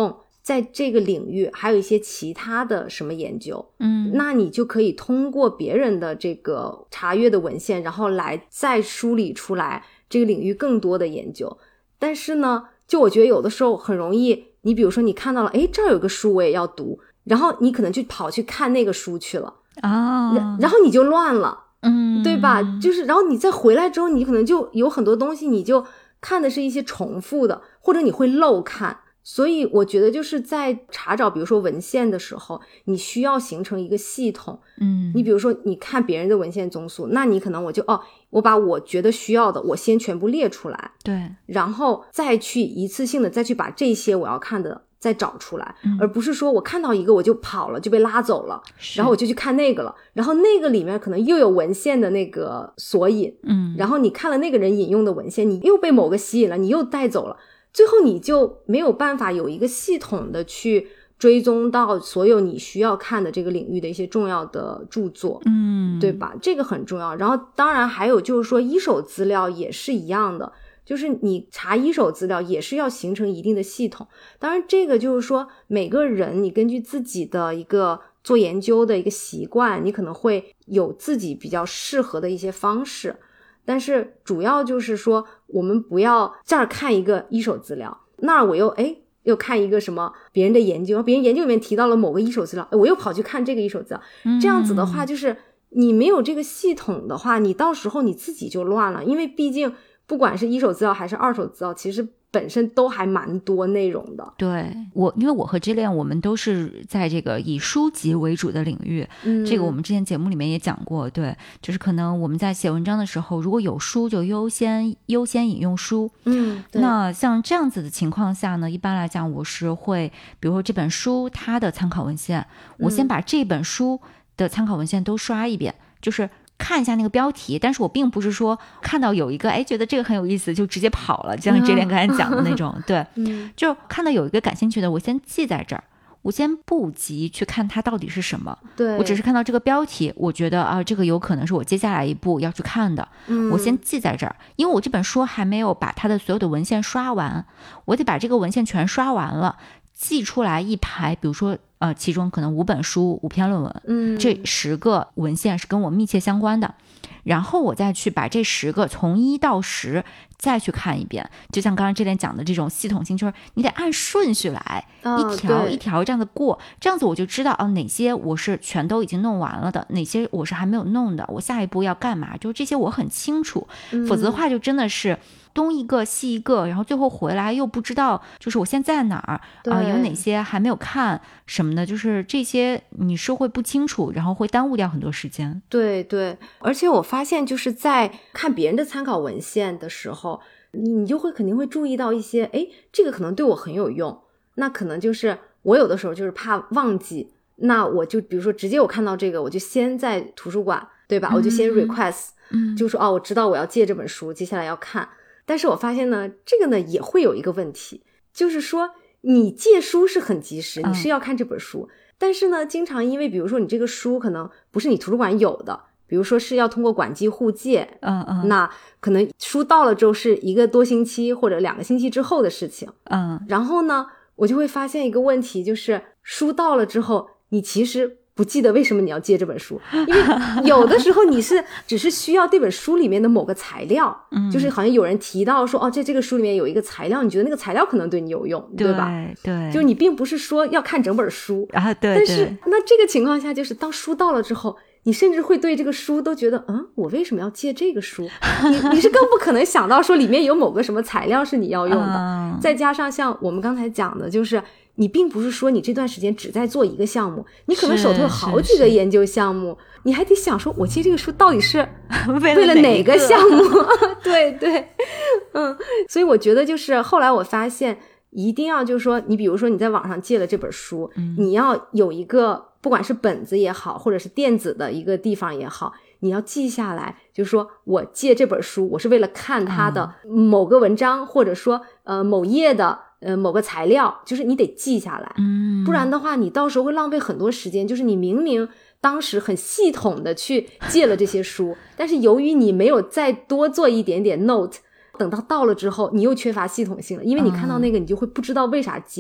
Speaker 2: 在这个领域还有一些其他的什么研究，
Speaker 1: 嗯，
Speaker 2: 那你就可以通过别人的这个查阅的文献，然后来再梳理出来这个领域更多的研究。但是呢，就我觉得有的时候很容易，你比如说你看到了，诶，这儿有个书我也要读，然后你可能就跑去看那个书去了
Speaker 1: 啊、
Speaker 2: 哦，然后你就乱了，
Speaker 1: 嗯，
Speaker 2: 对吧？就是然后你再回来之后，你可能就有很多东西你就看的是一些重复的，或者你会漏看。所以我觉得就是在查找比如说文献的时候，你需要形成一个系统。
Speaker 1: 嗯，
Speaker 2: 你比如说你看别人的文献综述，那你可能我就哦，我把我觉得需要的我先全部列出来，
Speaker 1: 对，
Speaker 2: 然后再去一次性的再去把这些我要看的再找出来、嗯、而不是说我看到一个我就跑了，就被拉走了，然后我就去看那个了，然后那个里面可能又有文献的那个索引，
Speaker 1: 嗯，
Speaker 2: 然后你看了那个人引用的文献，你又被某个吸引了，你又带走了，最后你就没有办法有一个系统的去追踪到所有你需要看的这个领域的一些重要的著作，
Speaker 1: 嗯，
Speaker 2: 对吧？这个很重要。然后当然还有就是说一手资料也是一样的，就是你查一手资料也是要形成一定的系统。当然这个就是说每个人你根据自己的一个做研究的一个习惯，你可能会有自己比较适合的一些方式，但是主要就是说我们不要这儿看一个一手资料，那儿我又诶又看一个什么别人的研究，别人研究里面提到了某个一手资料，我又跑去看这个一手资料、嗯、这样子的话就是你没有这个系统的话，你到时候你自己就乱了，因为毕竟不管是一手资料还是二手资料，其实本身都还蛮多内容的。
Speaker 1: 对，我因为我和Jillian我们都是在这个以书籍为主的领域、嗯、这个我们之前节目里面也讲过，对，就是可能我们在写文章的时候如果有书就优先优先引用书，
Speaker 2: 嗯，对。
Speaker 1: 那像这样子的情况下呢，一般来讲我是会比如说这本书它的参考文献，我先把这本书的参考文献都刷一遍、嗯、就是看一下那个标题，但是我并不是说看到有一个哎觉得这个很有意思就直接跑了，就像之前刚才讲的那种、嗯、对、嗯、就看到有一个感兴趣的我先记在这儿，我先不急去看它到底是什么，
Speaker 2: 对，
Speaker 1: 我只是看到这个标题我觉得啊这个有可能是我接下来一步要去看的、嗯、我先记在这儿，因为我这本书还没有把它的所有的文献刷完，我得把这个文献全刷完了，记出来一排，比如说呃，其中可能五本书五篇论文，
Speaker 2: 嗯，
Speaker 1: 这十个文献是跟我密切相关的，然后我再去把这十个从一到十再去看一遍，就像刚刚这边讲的这种系统性，就是你得按顺序来、哦、一条一条这样的过，这样子我就知道哦，哪些我是全都已经弄完了的，哪些我是还没有弄的，我下一步要干嘛，就这些我很清楚、嗯、否则的话就真的是东一个西一个，然后最后回来又不知道就是我现在在哪儿啊、呃，有哪些还没有看什么的，就是这些你是会不清楚，然后会耽误掉很多时间。
Speaker 2: 对对，而且我发现就是在看别人的参考文献的时候，你就会肯定会注意到一些，诶，这个可能对我很有用，那可能就是我有的时候就是怕忘记，那我就比如说直接我看到这个我就先在图书馆，对吧、嗯、我就先 request、嗯、就说哦，我知道我要借这本书，接下来要看。但是我发现呢，这个呢也会有一个问题，就是说你借书是很及时，你是要看这本书、嗯、但是呢经常因为比如说你这个书可能不是你图书馆有的，比如说是要通过管机互借，
Speaker 1: 嗯嗯，
Speaker 2: 那可能书到了之后是一个多星期或者两个星期之后的事情，
Speaker 1: 嗯，
Speaker 2: 然后呢我就会发现一个问题，就是书到了之后你其实不记得为什么你要借这本书，因为有的时候你是只是需要这本书里面的某个材料、嗯、就是好像有人提到说哦，在这个书里面有一个材料，你觉得那个材料可能对你有用， 对, 对吧
Speaker 1: 对，
Speaker 2: 就你并不是说要看整本书
Speaker 1: 啊，对，
Speaker 2: 但是那这个情况下就是当书到了之后，你甚至会对这个书都觉得嗯，我为什么要借这个书你, 你是更不可能想到说里面有某个什么材料是你要用的、嗯、再加上像我们刚才讲的，就是你并不是说你这段时间只在做一个项目，你可能手头有好几个研究项目，你还得想说我借这个书到底是为了哪个项目对对，嗯，所以我觉得就是后来我发现一定要就是说你比如说你在网上借了这本书、嗯、你要有一个不管是本子也好或者是电子的一个地方也好，你要记下来，就是说我借这本书我是为了看它的某个文章、嗯、或者说呃某页的呃，某个材料，就是你得记下来，
Speaker 1: 嗯，
Speaker 2: 不然的话你到时候会浪费很多时间，就是你明明当时很系统的去借了这些书但是由于你没有再多做一点点 note， 等到到了之后你又缺乏系统性了，因为你看到那个你就会不知道为啥借、嗯、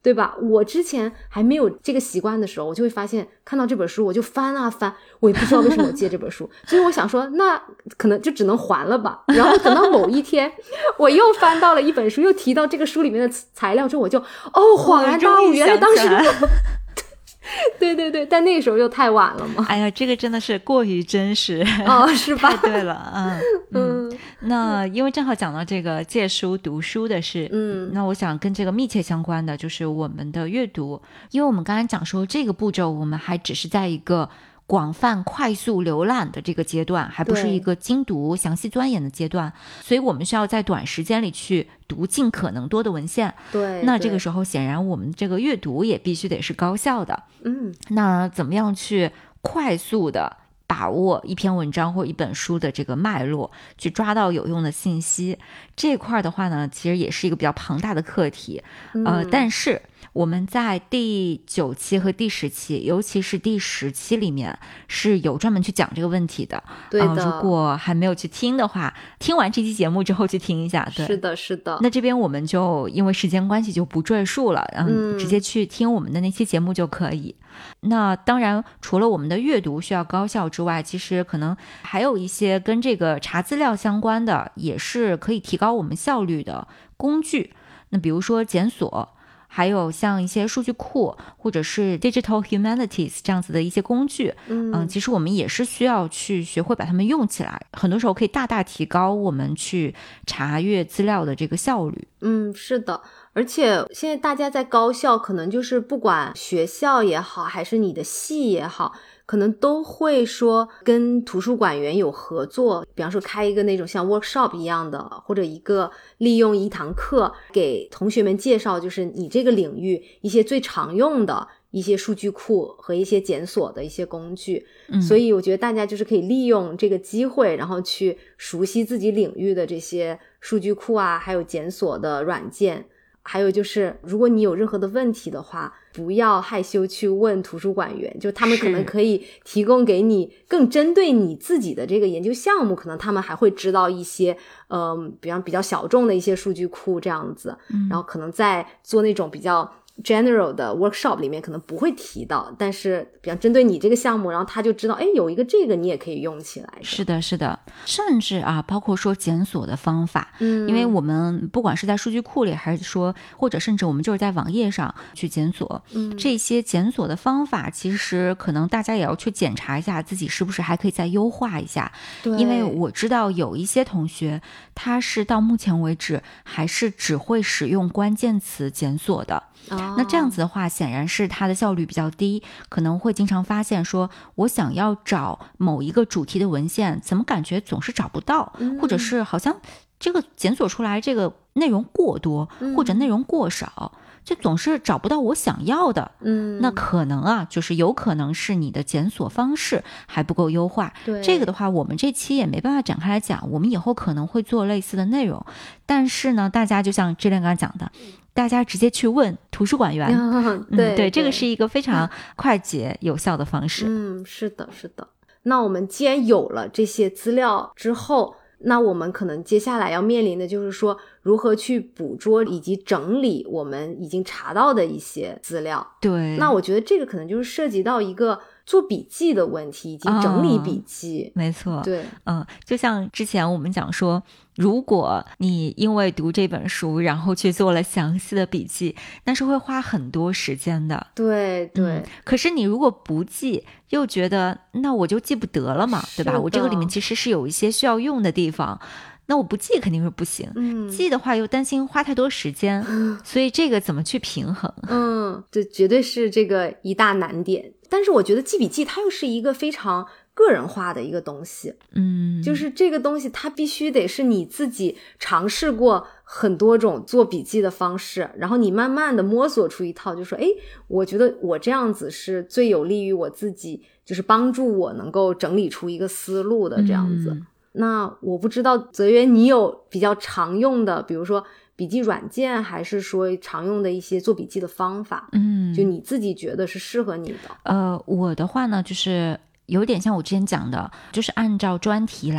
Speaker 2: 对吧？我之前还没有这个习惯的时候，我就会发现看到这本书我就翻啊翻，我也不知道为什么我借这本书所以我想说那可能就只能还了吧。然后等到某一天我又翻到了一本书，又提到这个书里面的材料之后，我就哦恍然大悟，原来当时对对对，但那个时候又太晚了嘛。
Speaker 1: 哎呀，这个真的是过于真实
Speaker 2: 哦，是吧？
Speaker 1: 太对了，嗯嗯。那因为正好讲到这个借书读书的事，
Speaker 2: 嗯，
Speaker 1: 那我想跟这个密切相关的就是我们的阅读，因为我们刚才讲说这个步骤我们还只是在一个广泛快速浏览的这个阶段，还不是一个精读详细钻研的阶段，所以我们需要在短时间里去读尽可能多的文献。
Speaker 2: 对，
Speaker 1: 那这个时候显然我们这个阅读也必须得是高效的。
Speaker 2: 嗯，
Speaker 1: 那怎么样去快速的把握一篇文章或一本书的这个脉络，去抓到有用的信息，这块的话呢其实也是一个比较庞大的课题。
Speaker 2: 嗯、
Speaker 1: 呃，但是我们在第九期和第十期，尤其是第十期里面是有专门去讲这个问题的。
Speaker 2: 对的、
Speaker 1: 呃、如果还没有去听的话，听完这期节目之后去听一下。对，
Speaker 2: 是的是的。
Speaker 1: 那这边我们就因为时间关系就不赘述了，嗯，直接去听我们的那期节目就可以。那当然除了我们的阅读需要高效之外，其实可能还有一些跟这个查资料相关的，也是可以提高我们效率的工具。那比如说检索，还有像一些数据库或者是 Digital Humanities 这样子的一些工具，嗯、呃，其实我们也是需要去学会把它们用起来，很多时候可以大大提高我们去查阅资料的这个效率。
Speaker 2: 嗯，是的。而且现在大家在高校，可能就是不管学校也好，还是你的系也好，可能都会说跟图书馆员有合作，比方说开一个那种像 workshop 一样的，或者一个利用一堂课给同学们介绍就是你这个领域一些最常用的一些数据库和一些检索的一些工具、嗯、所以我觉得大家就是可以利用这个机会，然后去熟悉自己领域的这些数据库啊，还有检索的软件。还有就是如果你有任何的问题的话，不要害羞去问图书馆员，就他们可能可以提供给你更针对你自己的这个研究项目，可能他们还会知道一些呃，比方比较小众的一些数据库这样子、嗯、然后可能在做那种比较general 的 workshop 里面可能不会提到，但是比方针对你这个项目，然后他就知道哎，有一个这个你也可以用起来的。
Speaker 1: 是的是的，甚至啊包括说检索的方法，
Speaker 2: 嗯，
Speaker 1: 因为我们不管是在数据库里，还是说或者甚至我们就是在网页上去检索、嗯、这些检索的方法其实可能大家也要去检查一下自己是不是还可以再优化一下。
Speaker 2: 对，
Speaker 1: 因为我知道有一些同学他是到目前为止还是只会使用关键词检索的、哦、那这样子的话显然是它的效率比较低，可能会经常发现说我想要找某一个主题的文献，怎么感觉总是找不到、嗯、或者是好像这个检索出来这个内容过多、嗯、或者内容过少，就总是找不到我想要的。嗯，那可能啊就是有可能是你的检索方式还不够优化。
Speaker 2: 对，
Speaker 1: 这个的话我们这期也没办法展开来讲，我们以后可能会做类似的内容，但是呢大家就像之前刚才讲的，大家直接去问图书馆员、
Speaker 2: 嗯、对、
Speaker 1: 嗯、对，这个是一个非常快捷有效的方式。
Speaker 2: 嗯，是的是的。那我们既然有了这些资料之后，那我们可能接下来要面临的就是说如何去捕捉以及整理我们已经查到的一些资料。
Speaker 1: 对，
Speaker 2: 那我觉得这个可能就是涉及到一个做笔记的问题以及整理笔记、
Speaker 1: 哦、没错，
Speaker 2: 对，
Speaker 1: 嗯，就像之前我们讲说，如果你因为读这本书然后去做了详细的笔记，那是会花很多时间的。
Speaker 2: 对对、嗯、
Speaker 1: 可是你如果不记，又觉得那我就记不得了嘛，对吧？我这个里面其实是有一些需要用的地方，那我不记肯定是不行、嗯、记的话又担心花太多时间、嗯、所以这个怎么去平衡？
Speaker 2: 嗯，这绝对是这个一大难点。但是我觉得记笔记它又是一个非常个人化的一个东西，嗯，就是这个东西它必须得是你自己尝试过很多种做笔记的方式，然后你慢慢的摸索出一套，就说诶，我觉得我这样子是最有利于我自己，就是帮助我能够整理出一个思路的这样子、嗯、那我不知道泽源你有比较常用的比如说笔记软件，还是说常用的一些做笔记的方法，嗯，就你自己觉得是适合你的？
Speaker 1: 呃，我的话呢就是有点像我之前讲的，就是按照专题来、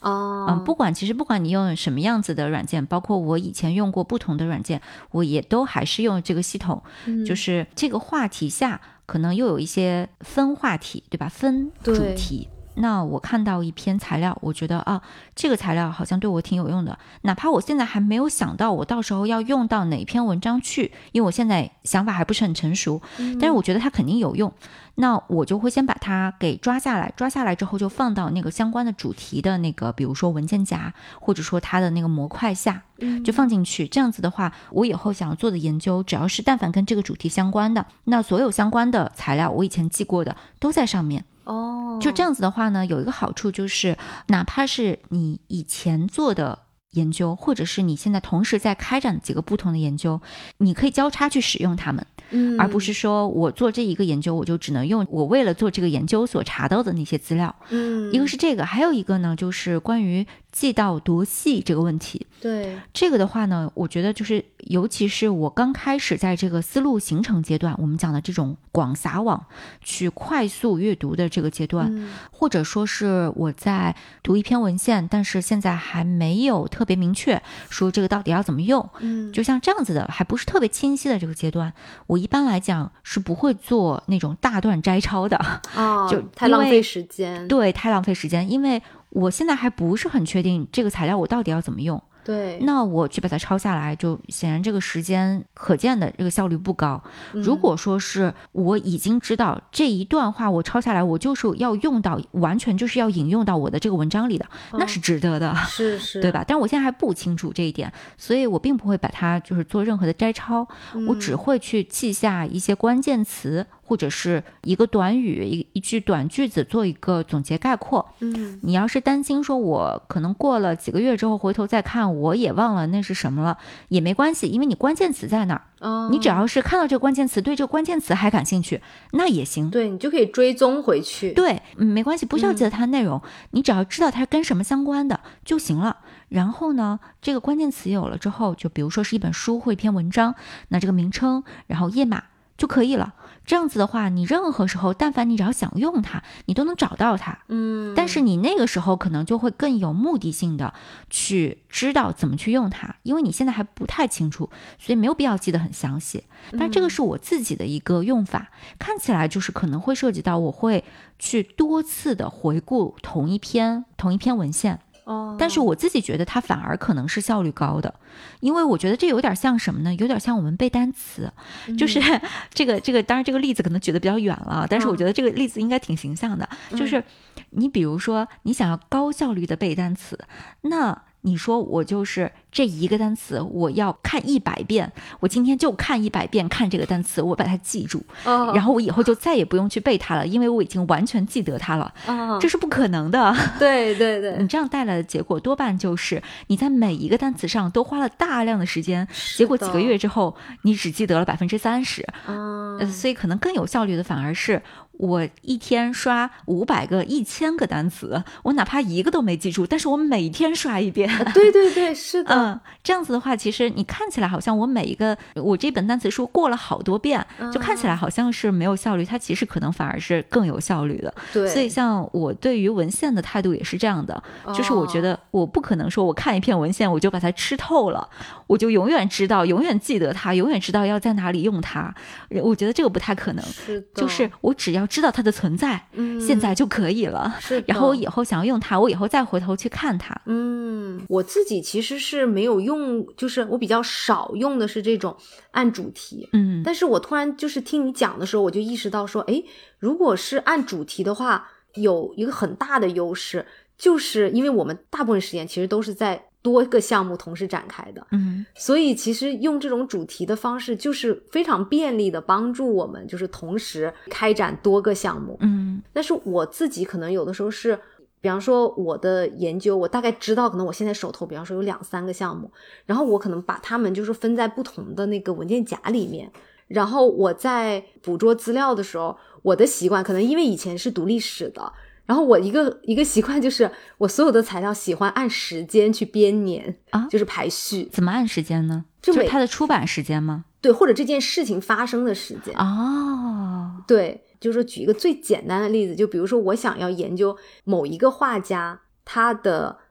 Speaker 2: 哦，
Speaker 1: 嗯，不管其实不管你用什么样子的软件，包括我以前用过不同的软件，我也都还是用这个系统，
Speaker 2: 嗯、
Speaker 1: 就是这个话题下可能又有一些分话题，对吧？分主题。那我看到一篇材料，我觉得啊，这个材料好像对我挺有用的，哪怕我现在还没有想到我到时候要用到哪篇文章去，因为我现在想法还不是很成熟，
Speaker 2: 嗯、
Speaker 1: 但是我觉得它肯定有用，那我就会先把它给抓下来，抓下来之后就放到那个相关的主题的那个，比如说文件夹，或者说它的那个模块下，就放进去。这样子的话，我以后想要做的研究，只要是但凡跟这个主题相关的，那所有相关的材料，我以前记过的都在上面。
Speaker 2: 哦，
Speaker 1: 就这样子的话呢，有一个好处就是，哪怕是你以前做的研究，或者是你现在同时在开展几个不同的研究，你可以交叉去使用它们。
Speaker 2: 嗯，
Speaker 1: 而不是说我做这一个研究，我就只能用我为了做这个研究所查到的那些资料。
Speaker 2: 嗯，
Speaker 1: 一个是这个，还有一个呢，就是关于记到多细这个问题。
Speaker 2: 对，
Speaker 1: 这个的话呢，我觉得就是尤其是我刚开始在这个思路形成阶段，我们讲的这种广撒网去快速阅读的这个阶段，
Speaker 2: 嗯、
Speaker 1: 或者说是我在读一篇文献，但是现在还没有特别明确说这个到底要怎么用，
Speaker 2: 嗯，
Speaker 1: 就像这样子的还不是特别清晰的这个阶段，我一般来讲是不会做那种大段摘抄的，
Speaker 2: 哦，
Speaker 1: 就
Speaker 2: 太浪费时间。
Speaker 1: 对，太浪费时间，因为我现在还不是很确定这个材料我到底要怎么用。
Speaker 2: 对，
Speaker 1: 那我去把它抄下来，就显然这个时间可见的这个效率不高。
Speaker 2: 嗯、
Speaker 1: 如果说是我已经知道这一段话我抄下来，我就是要用到，完全就是要引用到我的这个文章里的，
Speaker 2: 哦、
Speaker 1: 那是值得的，
Speaker 2: 是是，
Speaker 1: 对吧？但是我现在还不清楚这一点，所以我并不会把它就是做任何的摘抄，
Speaker 2: 嗯、
Speaker 1: 我只会去记下一些关键词，或者是一个短语，一一句短句子做一个总结概括。
Speaker 2: 嗯，
Speaker 1: 你要是担心说我可能过了几个月之后回头再看我也忘了那是什么了，也没关系，因为你关键词在那儿。
Speaker 2: 哦，
Speaker 1: 你只要是看到这个关键词，对这个关键词还感兴趣，那也行。
Speaker 2: 对，你就可以追踪回去。
Speaker 1: 对，嗯，没关系，不需要记得它的内容，嗯、你只要知道它跟什么相关的就行了。然后呢，这个关键词有了之后，就比如说是一本书或一篇文章，那这个名称，然后页码就可以了。这样子的话，你任何时候但凡你只要想用它，你都能找到它。
Speaker 2: 嗯，
Speaker 1: 但是你那个时候可能就会更有目的性的去知道怎么去用它，因为你现在还不太清楚，所以没有必要记得很详细。但这个是我自己的一个用法，嗯、看起来就是可能会涉及到我会去多次的回顾同一篇同一篇文献。
Speaker 2: 哦，
Speaker 1: 但是我自己觉得它反而可能是效率高的，因为我觉得这有点像什么呢？有点像我们背单词，
Speaker 2: 嗯、
Speaker 1: 就是这个这个，当然这个例子可能举得比较远了，但是我觉得这个例子应该挺形象的，
Speaker 2: 嗯、
Speaker 1: 就是你比如说你想要高效率的背单词，那你说我就是这一个单词我要看一百遍，我今天就看一百遍看这个单词，我把它记住，
Speaker 2: 哦、
Speaker 1: 然后我以后就再也不用去背它了，因为我已经完全记得它了，
Speaker 2: 哦、
Speaker 1: 这是不可能的。
Speaker 2: 对对对，
Speaker 1: 你这样带来的结果多半就是你在每一个单词上都花了大量的时间，结果几个月之后你只记得了百分之三十，呃，所以可能更有效率的反而是我一天刷五百个、一千个单词，我哪怕一个都没记住，但是我每天刷一遍。
Speaker 2: 啊、对对对，是的。
Speaker 1: 嗯，这样子的话，其实你看起来好像我每一个我这本单词书过了好多遍，
Speaker 2: 嗯、
Speaker 1: 就看起来好像是没有效率，它其实可能反而是更有效率的。
Speaker 2: 对，
Speaker 1: 所以像我对于文献的态度也是这样的，
Speaker 2: 哦、
Speaker 1: 就是我觉得我不可能说我看一篇文献我就把它吃透了，我就永远知道、永远记得它、永远知道要在哪里用它。我觉得这个不太可能。
Speaker 2: 是的，
Speaker 1: 就是我只要知道它的存在，
Speaker 2: 嗯、
Speaker 1: 现在就可以了。
Speaker 2: 是的，
Speaker 1: 然后我以后想要用它，我以后再回头去看它。
Speaker 2: 嗯，我自己其实是没有用，就是我比较少用的是这种按主题。
Speaker 1: 嗯，
Speaker 2: 但是我突然就是听你讲的时候，我就意识到说，哎，如果是按主题的话，有一个很大的优势，就是因为我们大部分时间其实都是在多个项目同时展开的，
Speaker 1: 嗯，
Speaker 2: 所以其实用这种主题的方式就是非常便利的帮助我们就是同时开展多个项目。
Speaker 1: 嗯，
Speaker 2: 但是我自己可能有的时候是比方说我的研究我大概知道可能我现在手头比方说有两三个项目，然后我可能把它们就是分在不同的那个文件夹里面，然后我在捕捉资料的时候，我的习惯可能因为以前是读历史的，然后我一个一个习惯就是我所有的材料喜欢按时间去编年
Speaker 1: 啊，
Speaker 2: 就是排序。
Speaker 1: 怎么按时间呢？
Speaker 2: 就
Speaker 1: 就是它的出版时间吗？
Speaker 2: 对，或者这件事情发生的时间。
Speaker 1: 哦，
Speaker 2: 对，就是说举一个最简单的例子，就比如说我想要研究某一个画家他的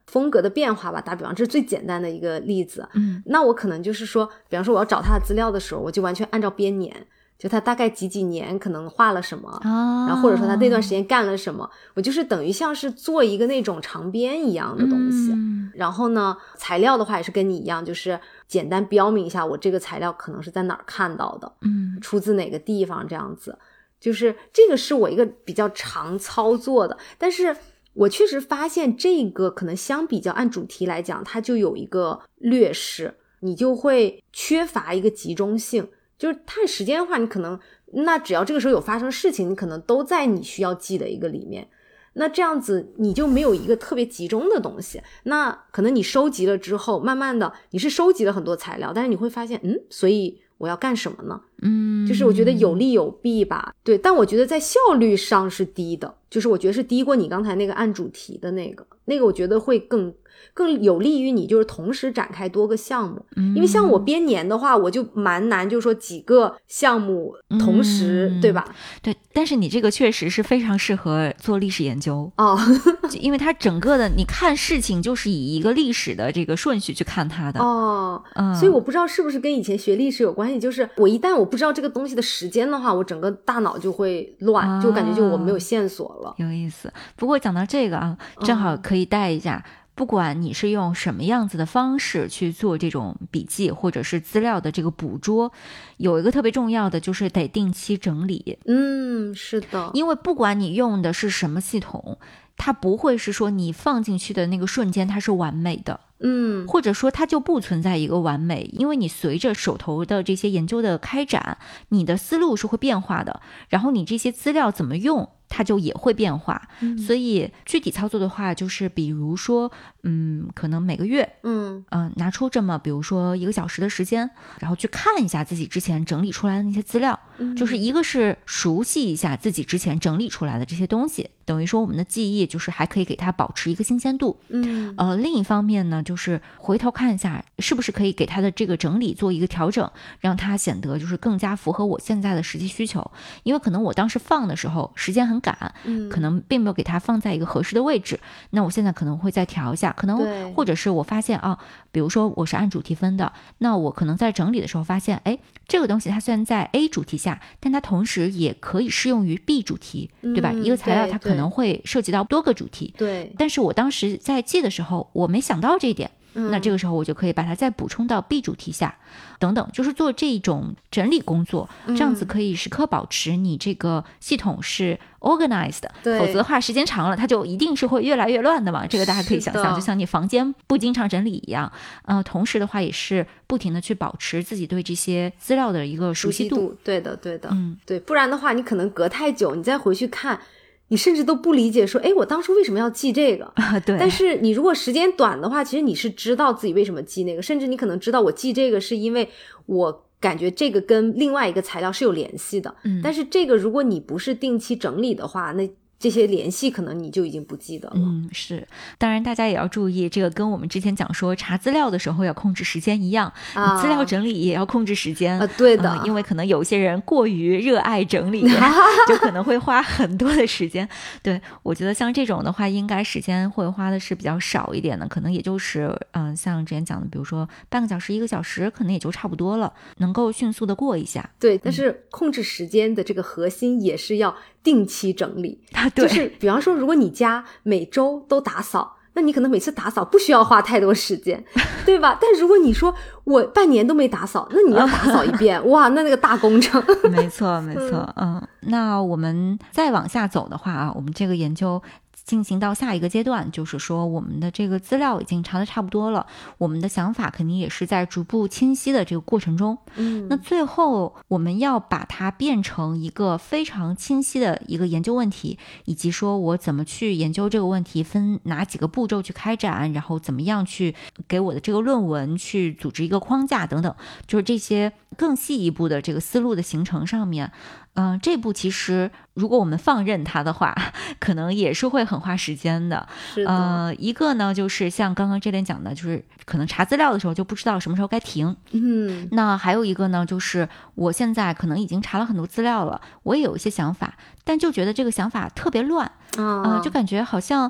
Speaker 2: 风格的变化吧，打比方，这是最简单的一个例子。
Speaker 1: 嗯，
Speaker 2: 那我可能就是说，比方说我要找他的资料的时候，我就完全按照编年，就他大概几几年可能画了什么、
Speaker 1: 啊、
Speaker 2: 然后或者说他那段时间干了什么，我就是等于像是做一个那种长编一样的东西、
Speaker 1: 嗯、
Speaker 2: 然后呢材料的话也是跟你一样，就是简单标明一下我这个材料可能是在哪儿看到的，
Speaker 1: 嗯，
Speaker 2: 出自哪个地方，这样子，就是这个是我一个比较常操作的。但是我确实发现这个可能相比较按主题来讲，它就有一个劣势，你就会缺乏一个集中性，就是看时间的话，你可能那只要这个时候有发生事情，你可能都在你需要记的一个里面，那这样子你就没有一个特别集中的东西。那可能你收集了之后，慢慢的你是收集了很多材料，但是你会发现嗯，所以我要干什么呢？
Speaker 1: 嗯，
Speaker 2: 就是我觉得有利有弊吧。对，但我觉得在效率上是低的，就是我觉得是低过你刚才那个按主题的那个那个我觉得会更更有利于你就是同时展开多个项目、嗯、因为像我编年的话我就蛮难，就是说几个项目同时、嗯、对吧？
Speaker 1: 对，但是你这个确实是非常适合做历史研究
Speaker 2: 哦，
Speaker 1: 因为它整个的你看事情就是以一个历史的这个顺序去看它的
Speaker 2: 哦、
Speaker 1: 嗯，
Speaker 2: 所以我不知道是不是跟以前学历史有关系，就是我一旦我不知道这个东西的时间的话，我整个大脑就会乱、啊、就感觉就我没有线索了。
Speaker 1: 有意思。不过讲到这个啊，正好可以带一下、嗯，不管你是用什么样子的方式去做这种笔记或者是资料的这个捕捉，有一个特别重要的就是得定期整理。
Speaker 2: 嗯，是的，
Speaker 1: 因为不管你用的是什么系统，它不会是说你放进去的那个瞬间它是完美的，
Speaker 2: 嗯，
Speaker 1: 或者说它就不存在一个完美，因为你随着手头的这些研究的开展，你的思路是会变化的，然后你这些资料怎么用它就也会变化、嗯、所以具体操作的话就是比如说嗯，可能每个月
Speaker 2: 嗯、
Speaker 1: 呃、拿出这么比如说一个小时的时间，然后去看一下自己之前整理出来的那些资料、嗯、就是一个是熟悉一下自己之前整理出来的这些东西，等于说我们的记忆就是还可以给它保持一个新鲜度。
Speaker 2: 嗯，
Speaker 1: 呃，另一方面呢就是回头看一下是不是可以给它的这个整理做一个调整，让它显得就是更加符合我现在的实际需求，因为可能我当时放的时候时间很赶，
Speaker 2: 嗯，
Speaker 1: 可能并没有给它放在一个合适的位置，那我现在可能会再调一下，可能或者是我发现啊，比如说我是按主题分的，那我可能在整理的时候发现，哎，这个东西它虽然在 A 主题下，但它同时也可以适用于 B 主题、嗯、对吧？一个材料它可能会涉及到多个主题，
Speaker 2: 对，
Speaker 1: 但是我当时在记的时候我没想到这一点，那这个时候我就可以把它再补充到 B 主题下等等，就是做这种整理工作，这样子可以时刻保持你这个系统是 organized 的，否则的话时间长了它就一定是会越来越乱的嘛，这个大家可以想象，就像你房间不经常整理一样，呃，同时的话也是不停的去保持自己对这些资料的一个熟悉度，
Speaker 2: 熟悉度对的对的，
Speaker 1: 嗯，
Speaker 2: 对，不然的话你可能隔太久你再回去看你甚至都不理解说诶我当初为什么要记这个、
Speaker 1: 啊、对，
Speaker 2: 但是你如果时间短的话其实你是知道自己为什么记那个，甚至你可能知道我记这个是因为我感觉这个跟另外一个材料是有联系的、嗯、但是这个如果你不是定期整理的话，那这些联系可能你就已经不记得了。
Speaker 1: 嗯，是，当然大家也要注意，这个跟我们之前讲说查资料的时候要控制时间一样、啊、你资料整理也要控制时间
Speaker 2: 啊，对的、
Speaker 1: 呃、因为可能有些人过于热爱整理就可能会花很多的时间对，我觉得像这种的话应该时间会花的是比较少一点的，可能也就是嗯、呃，像之前讲的比如说半个小时一个小时可能也就差不多了，能够迅速的过一下。
Speaker 2: 对，但是控制时间的这个核心也是要定期整理、
Speaker 1: 啊、对，
Speaker 2: 就是比方说如果你家每周都打扫，那你可能每次打扫不需要花太多时间对吧？但如果你说我半年都没打扫，那你要打扫一遍哇，那那个大工程
Speaker 1: 没错没错，嗯，那我们再往下走的话啊，我们这个研究进行到下一个阶段，就是说我们的这个资料已经查得差不多了，我们的想法肯定也是在逐步清晰的这个过程中，
Speaker 2: 嗯，
Speaker 1: 那最后我们要把它变成一个非常清晰的一个研究问题，以及说我怎么去研究这个问题，分哪几个步骤去开展，然后怎么样去给我的这个论文去组织一个框架等等，就是这些更细一步的这个思路的形成上面，嗯、呃，这步其实如果我们放任它的话，可能也是会很花时间的。
Speaker 2: 是的，
Speaker 1: 呃，一个呢就是像刚刚这边讲的，就是可能查资料的时候就不知道什么时候该停。
Speaker 2: 嗯，
Speaker 1: 那还有一个呢，就是我现在可能已经查了很多资料了，我也有一些想法，但就觉得这个想法特别乱，
Speaker 2: 啊、
Speaker 1: 呃，就感觉好像。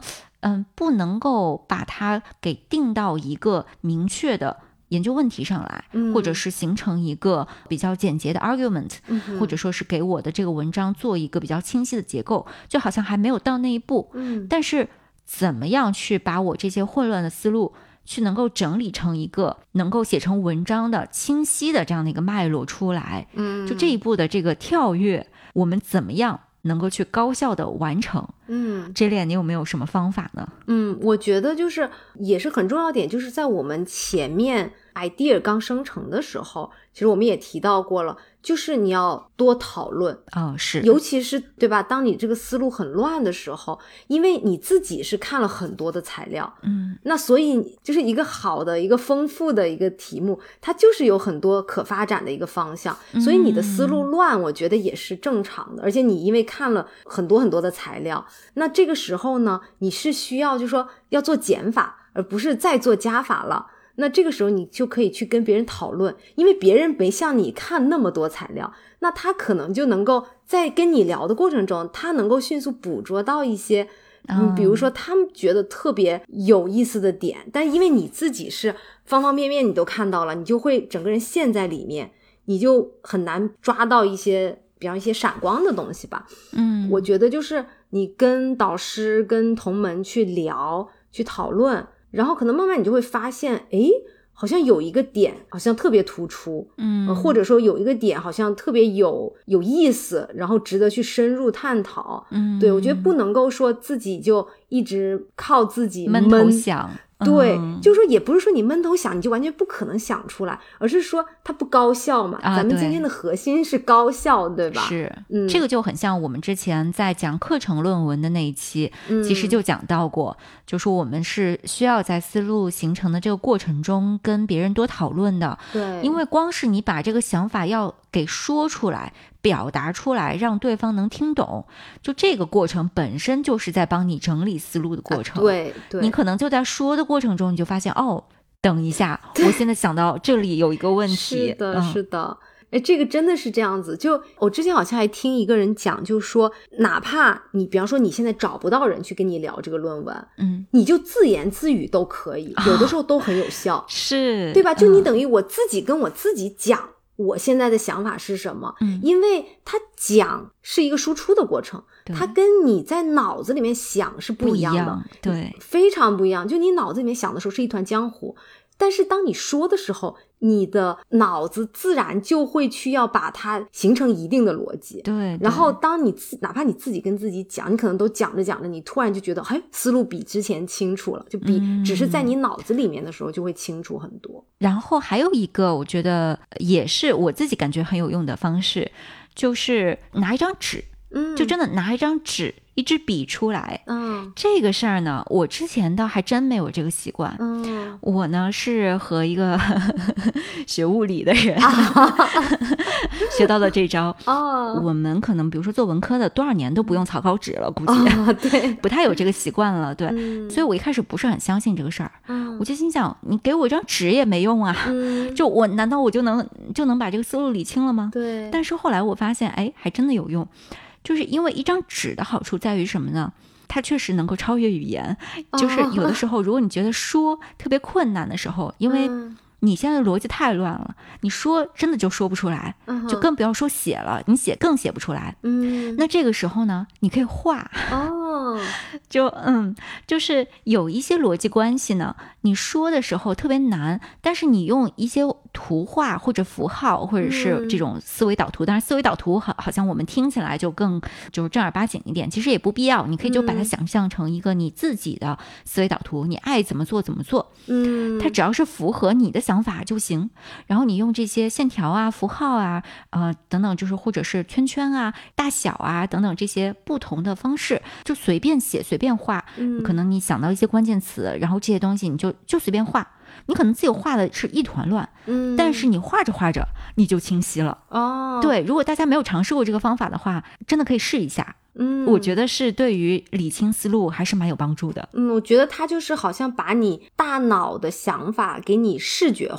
Speaker 1: 嗯，不能够把它给定到一个明确的研究问题上来，
Speaker 2: 嗯、
Speaker 1: 或者是形成一个比较简洁的 argument，
Speaker 2: 嗯、
Speaker 1: 或者说是给我的这个文章做一个比较清晰的结构，就好像还没有到那一步。
Speaker 2: 嗯，
Speaker 1: 但是怎么样去把我这些混乱的思路去能够整理成一个能够写成文章的清晰的这样的一个脉络出来，
Speaker 2: 嗯，
Speaker 1: 就这一步的这个跳跃，我们怎么样能够去高效的完成？
Speaker 2: 嗯，
Speaker 1: 这练你有没有什么方法呢？
Speaker 2: 嗯，我觉得就是也是很重要点，就是在我们前面 idea 刚生成的时候，其实我们也提到过了，就是你要多讨论。
Speaker 1: 哦，是，
Speaker 2: 尤其是对吧？当你这个思路很乱的时候，因为你自己是看了很多的材料，
Speaker 1: 嗯，
Speaker 2: 那所以就是一个好的、一个丰富的一个题目，它就是有很多可发展的一个方向，所以你的思路乱，我觉得也是正常的。而且你因为看了很多很多的材料，那这个时候呢，你是需要就是说要做减法，而不是再做加法了。那这个时候你就可以去跟别人讨论，因为别人没像你看那么多材料，那他可能就能够在跟你聊的过程中，他能够迅速捕捉到一些嗯，比如说他们觉得特别有意思的点，但因为你自己是方方面面你都看到了，你就会整个人陷在里面，你就很难抓到一些比方一些闪光的东西吧。
Speaker 1: 嗯，
Speaker 2: 我觉得就是你跟导师跟同门去聊去讨论，然后可能慢慢你就会发现，诶，好像有一个点好像特别突出，
Speaker 1: 嗯、
Speaker 2: 呃，或者说有一个点好像特别有有意思，然后值得去深入探讨。
Speaker 1: 嗯，
Speaker 2: 对，我觉得不能够说自己就一直靠自己
Speaker 1: 闷头想。
Speaker 2: 对、
Speaker 1: 嗯、
Speaker 2: 就是说也不是说你闷头想你就完全不可能想出来，而是说它不高效嘛、啊、咱们今天的核心是高效，对吧？
Speaker 1: 是、
Speaker 2: 嗯，
Speaker 1: 这个就很像我们之前在讲课程论文的那一期、嗯、其实就讲到过，就说我们是需要在思路形成的这个过程中跟别人多讨论的。
Speaker 2: 对，
Speaker 1: 因为光是你把这个想法要给说出来表达出来让对方能听懂，就这个过程本身就是在帮你整理思路的过程、
Speaker 2: 啊、对对，
Speaker 1: 你可能就在说的过程中你就发现，哦，等一下，我现在想到这里有一个问题。
Speaker 2: 是的、
Speaker 1: 嗯、
Speaker 2: 是的，哎，这个真的是这样子。就我之前好像还听一个人讲，就是说哪怕你比方说你现在找不到人去跟你聊这个论文，
Speaker 1: 嗯，
Speaker 2: 你就自言自语都可以、哦、有的时候都很有效，
Speaker 1: 是
Speaker 2: 对吧？就你等于我自己跟我自己讲我现在的想法是什么、
Speaker 1: 嗯、
Speaker 2: 因为他讲是一个输出的过程，它跟你在脑子里面想是不一样的，
Speaker 1: 不一样，对，
Speaker 2: 非常不一样。就你脑子里面想的时候是一团浆糊，但是当你说的时候，你的脑子自然就会去要把它形成一定的逻辑。
Speaker 1: 对，
Speaker 2: 然后当你自哪怕你自己跟自己讲，你可能都讲着讲着，你突然就觉得，哎，思路比之前清楚了，就比只是在你脑子里面的时候就会清楚很多。
Speaker 1: 嗯、然后还有一个，我觉得也是我自己感觉很有用的方式，就是拿一张纸，
Speaker 2: 嗯，
Speaker 1: 就真的拿一张纸。一支笔出来，
Speaker 2: 嗯，
Speaker 1: 这个事儿呢，我之前倒还真没有这个习惯。
Speaker 2: 嗯，
Speaker 1: 我呢是和一个学物理的人、
Speaker 2: 啊、
Speaker 1: 学到了这招。
Speaker 2: 哦，
Speaker 1: 我们可能比如说做文科的多少年都不用草稿纸了，估计、
Speaker 2: 哦、对，
Speaker 1: 不太有这个习惯了。对、
Speaker 2: 嗯，
Speaker 1: 所以我一开始不是很相信这个事儿。
Speaker 2: 嗯，
Speaker 1: 我就心想，你给我一张纸也没用啊，
Speaker 2: 嗯、
Speaker 1: 就我难道我就能就能把这个思路理清了吗？
Speaker 2: 对。
Speaker 1: 但是后来我发现，哎，还真的有用。就是因为一张纸的好处在于什么呢？它确实能够超越语言。就是有的时候，如果你觉得说特别困难的时候，因为你现在的逻辑太乱了，你说真的就说不出来，就更不要说写了，你写更写不出来。
Speaker 2: 嗯，
Speaker 1: 那这个时候呢，你可以画。
Speaker 2: 哦，
Speaker 1: 就嗯，就是有一些逻辑关系呢，你说的时候特别难，但是你用一些图画或者符号，或者是这种思维导图，当然思维导图好好像我们听起来就更就是正儿八经一点，其实也不必要，你可以就把它想象成一个你自己的思维导图，你爱怎么做怎么做，
Speaker 2: 嗯，
Speaker 1: 它只要是符合你的想法就行。然后你用这些线条啊、符号啊、呃等等，就是或者是圈圈啊、大小啊等等这些不同的方式，就随便写随便画。
Speaker 2: 嗯，
Speaker 1: 可能你想到一些关键词，然后这些东西你就就随便画。你可能自己画的是一团乱，
Speaker 2: 嗯，
Speaker 1: 但是你画着画着你就清晰了。
Speaker 2: 哦，
Speaker 1: 对，如果大家没有尝试过这个方法的话，真的可以试一下。
Speaker 2: 嗯，
Speaker 1: 我觉得是对于理清思路还是蛮有帮助的。
Speaker 2: 嗯，我觉得它就是好像把你大脑的想法给你视觉化。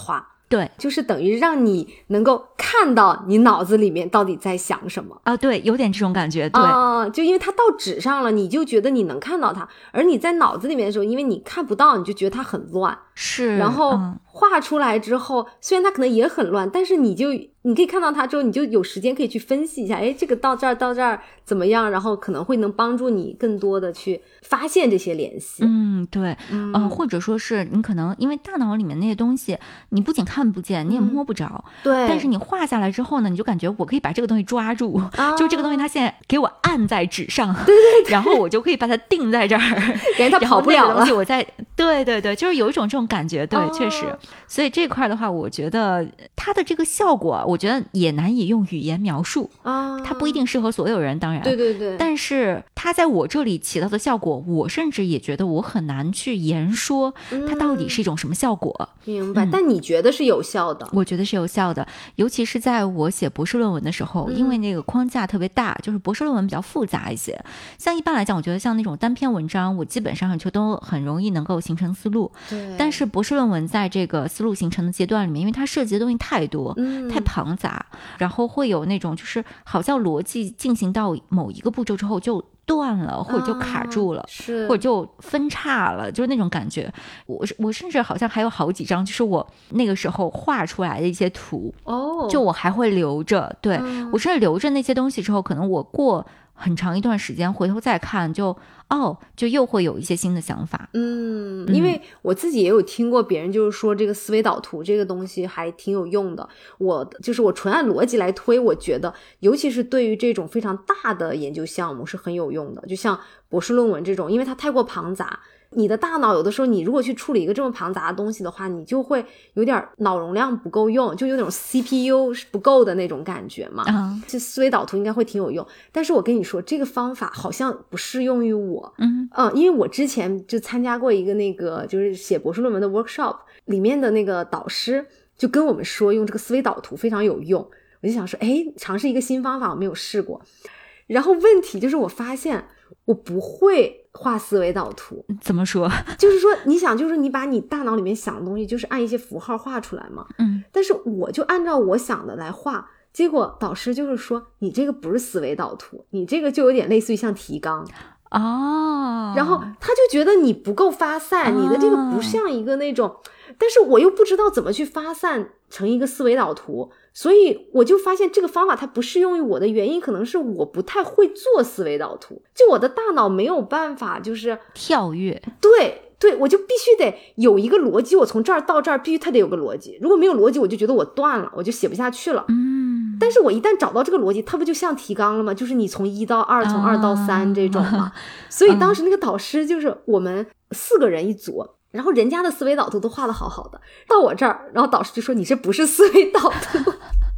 Speaker 1: 对，
Speaker 2: 就是等于让你能够看到你脑子里面到底在想什么
Speaker 1: 啊，对，有点这种感觉，对，
Speaker 2: 啊，就因为它到纸上了，你就觉得你能看到它，而你在脑子里面的时候，因为你看不到，你就觉得它很乱，
Speaker 1: 是，
Speaker 2: 然后
Speaker 1: 嗯
Speaker 2: 画出来之后，虽然它可能也很乱，但是你就你可以看到它之后，你就有时间可以去分析一下，哎，这个到这儿到这儿怎么样，然后可能会能帮助你更多的去发现这些联系。
Speaker 1: 嗯，对，
Speaker 2: 嗯、
Speaker 1: 呃，或者说是你可能因为大脑里面那些东西，你不仅看不见，你也摸不着，
Speaker 2: 嗯、对，
Speaker 1: 但是你画下来之后呢，你就感觉我可以把这个东西抓住，
Speaker 2: 啊、
Speaker 1: 就这个东西它现在给我按在纸上，
Speaker 2: 对对对，
Speaker 1: 然后我就可以把它定在这儿，
Speaker 2: 然后它跑不了了。
Speaker 1: 东西我在，对对对，就是有一种这种感觉，对，
Speaker 2: 哦、
Speaker 1: 确实，所以这块的话，我觉得它的这个效果，我觉得也难以用语言描述
Speaker 2: 啊，
Speaker 1: 它不一定适合所有人，当然，
Speaker 2: 对对对，
Speaker 1: 但是它在我这里起到的效果，我甚至也觉得我很难去言说它到底是一种什么效果。
Speaker 2: 嗯、明白、嗯，但你觉得是有效的？
Speaker 1: 我觉得是有效的，尤其是在我写博士论文的时候，
Speaker 2: 嗯、
Speaker 1: 因为那个框架特别大，就是博士论文比较复杂一些。像一般来讲，我觉得像那种单篇文章，我基本上就都很容易能够形成思路。
Speaker 2: 对，
Speaker 1: 但是博士论文在这个思路形成的阶段里面，因为它涉及的东西太多、
Speaker 2: 嗯、
Speaker 1: 太庞杂，然后会有那种就是好像逻辑进行到某一个步骤之后就断了，或者就卡住了、
Speaker 2: 啊、是，
Speaker 1: 或者就分叉了，就是那种感觉。我我甚至好像还有好几张，就是我那个时候画出来的一些图，
Speaker 2: 哦，
Speaker 1: 就我还会留着。对、
Speaker 2: 嗯、
Speaker 1: 我甚至留着那些东西之后，可能我过很长一段时间回头再看，就哦，就又会有一些新的想法。
Speaker 2: 嗯，因为我自己也有听过别人就是说这个思维导图这个东西还挺有用的。我就是我纯按逻辑来推，我觉得尤其是对于这种非常大的研究项目是很有用的。就像博士论文这种，因为它太过庞杂，你的大脑有的时候你如果去处理一个这么庞杂的东西的话，你就会有点脑容量不够用，就有种 C P U 是不够的那种感觉嘛。
Speaker 1: 嗯，
Speaker 2: 这思维导图应该会挺有用，但是我跟你说这个方法好像不适用于我。
Speaker 1: 嗯
Speaker 2: 嗯，因为我之前就参加过一个那个就是写博士论文的 workshop， 里面的那个导师就跟我们说用这个思维导图非常有用，我就想说哎，尝试一个新方法，我没有试过。然后问题就是我发现我不会画思维导图。
Speaker 1: 怎么说？
Speaker 2: 就是说你想，就是你把你大脑里面想的东西就是按一些符号画出来嘛。
Speaker 1: 嗯，
Speaker 2: 但是我就按照我想的来画，结果导师就是说你这个不是思维导图，你这个就有点类似于像提纲。
Speaker 1: 哦，
Speaker 2: 然后他就觉得你不够发散、哦、你的这个不像一个那种，但是我又不知道怎么去发散成一个思维导图，所以我就发现这个方法它不适用于我的原因可能是我不太会做思维导图，就我的大脑没有办法就是
Speaker 1: 跳跃。
Speaker 2: 对对，我就必须得有一个逻辑，我从这儿到这儿必须它得有个逻辑，如果没有逻辑我就觉得我断了，我就写不下去了。
Speaker 1: 嗯，
Speaker 2: 但是我一旦找到这个逻辑，它不就像提纲了吗？就是你从一到二，从二到三这种嘛、啊、所以当时那个导师就是我们四个人一组，然后人家的思维导图都画得好好的，到我这儿，然后导师就说你这不是思维导图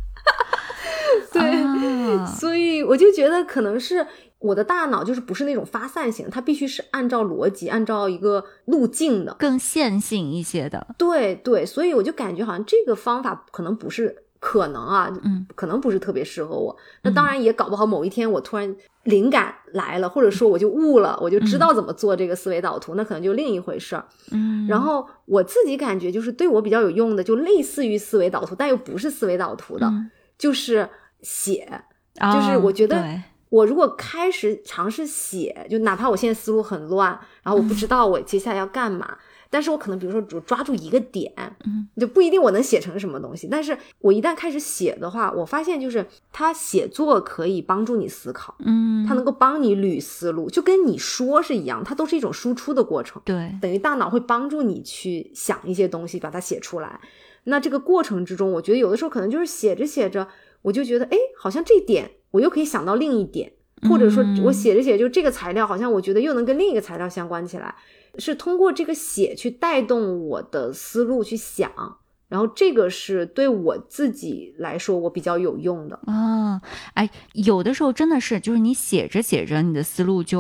Speaker 2: 对、啊、所以我就觉得可能是我的大脑就是不是那种发散型，它必须是按照逻辑按照一个路径的，
Speaker 1: 更线性一些的。
Speaker 2: 对对，所以我就感觉好像这个方法可能不是可能啊，
Speaker 1: 嗯，
Speaker 2: 可能不是特别适合我。那当然也搞不好某一天我突然灵感来了，或者说我就悟了，我就知道怎么做这个思维导图，那可能就另一回事儿。
Speaker 1: 嗯，
Speaker 2: 然后我自己感觉就是对我比较有用的，就类似于思维导图，但又不是思维导图的，
Speaker 1: 嗯、
Speaker 2: 就是写。
Speaker 1: 哦、
Speaker 2: 就是我觉得
Speaker 1: 对
Speaker 2: 我如果开始尝试写，就哪怕我现在思路很乱，然后我不知道我接下来要干嘛、嗯、但是我可能比如说只抓住一个点，
Speaker 1: 嗯，
Speaker 2: 就不一定我能写成什么东西，但是我一旦开始写的话，我发现就是它写作可以帮助你思考，
Speaker 1: 嗯，
Speaker 2: 它能够帮你捋思路，就跟你说是一样，它都是一种输出的过程，
Speaker 1: 对，
Speaker 2: 等于大脑会帮助你去想一些东西把它写出来。那这个过程之中，我觉得有的时候可能就是写着写着我就觉得诶好像这点我又可以想到另一点，或者说我写着写着就这个材料好像我觉得又能跟另一个材料相关起来，是通过这个写去带动我的思路去想，然后这个是对我自己来说我比较有用的
Speaker 1: 啊。哎，有的时候真的是就是你写着写着你的思路就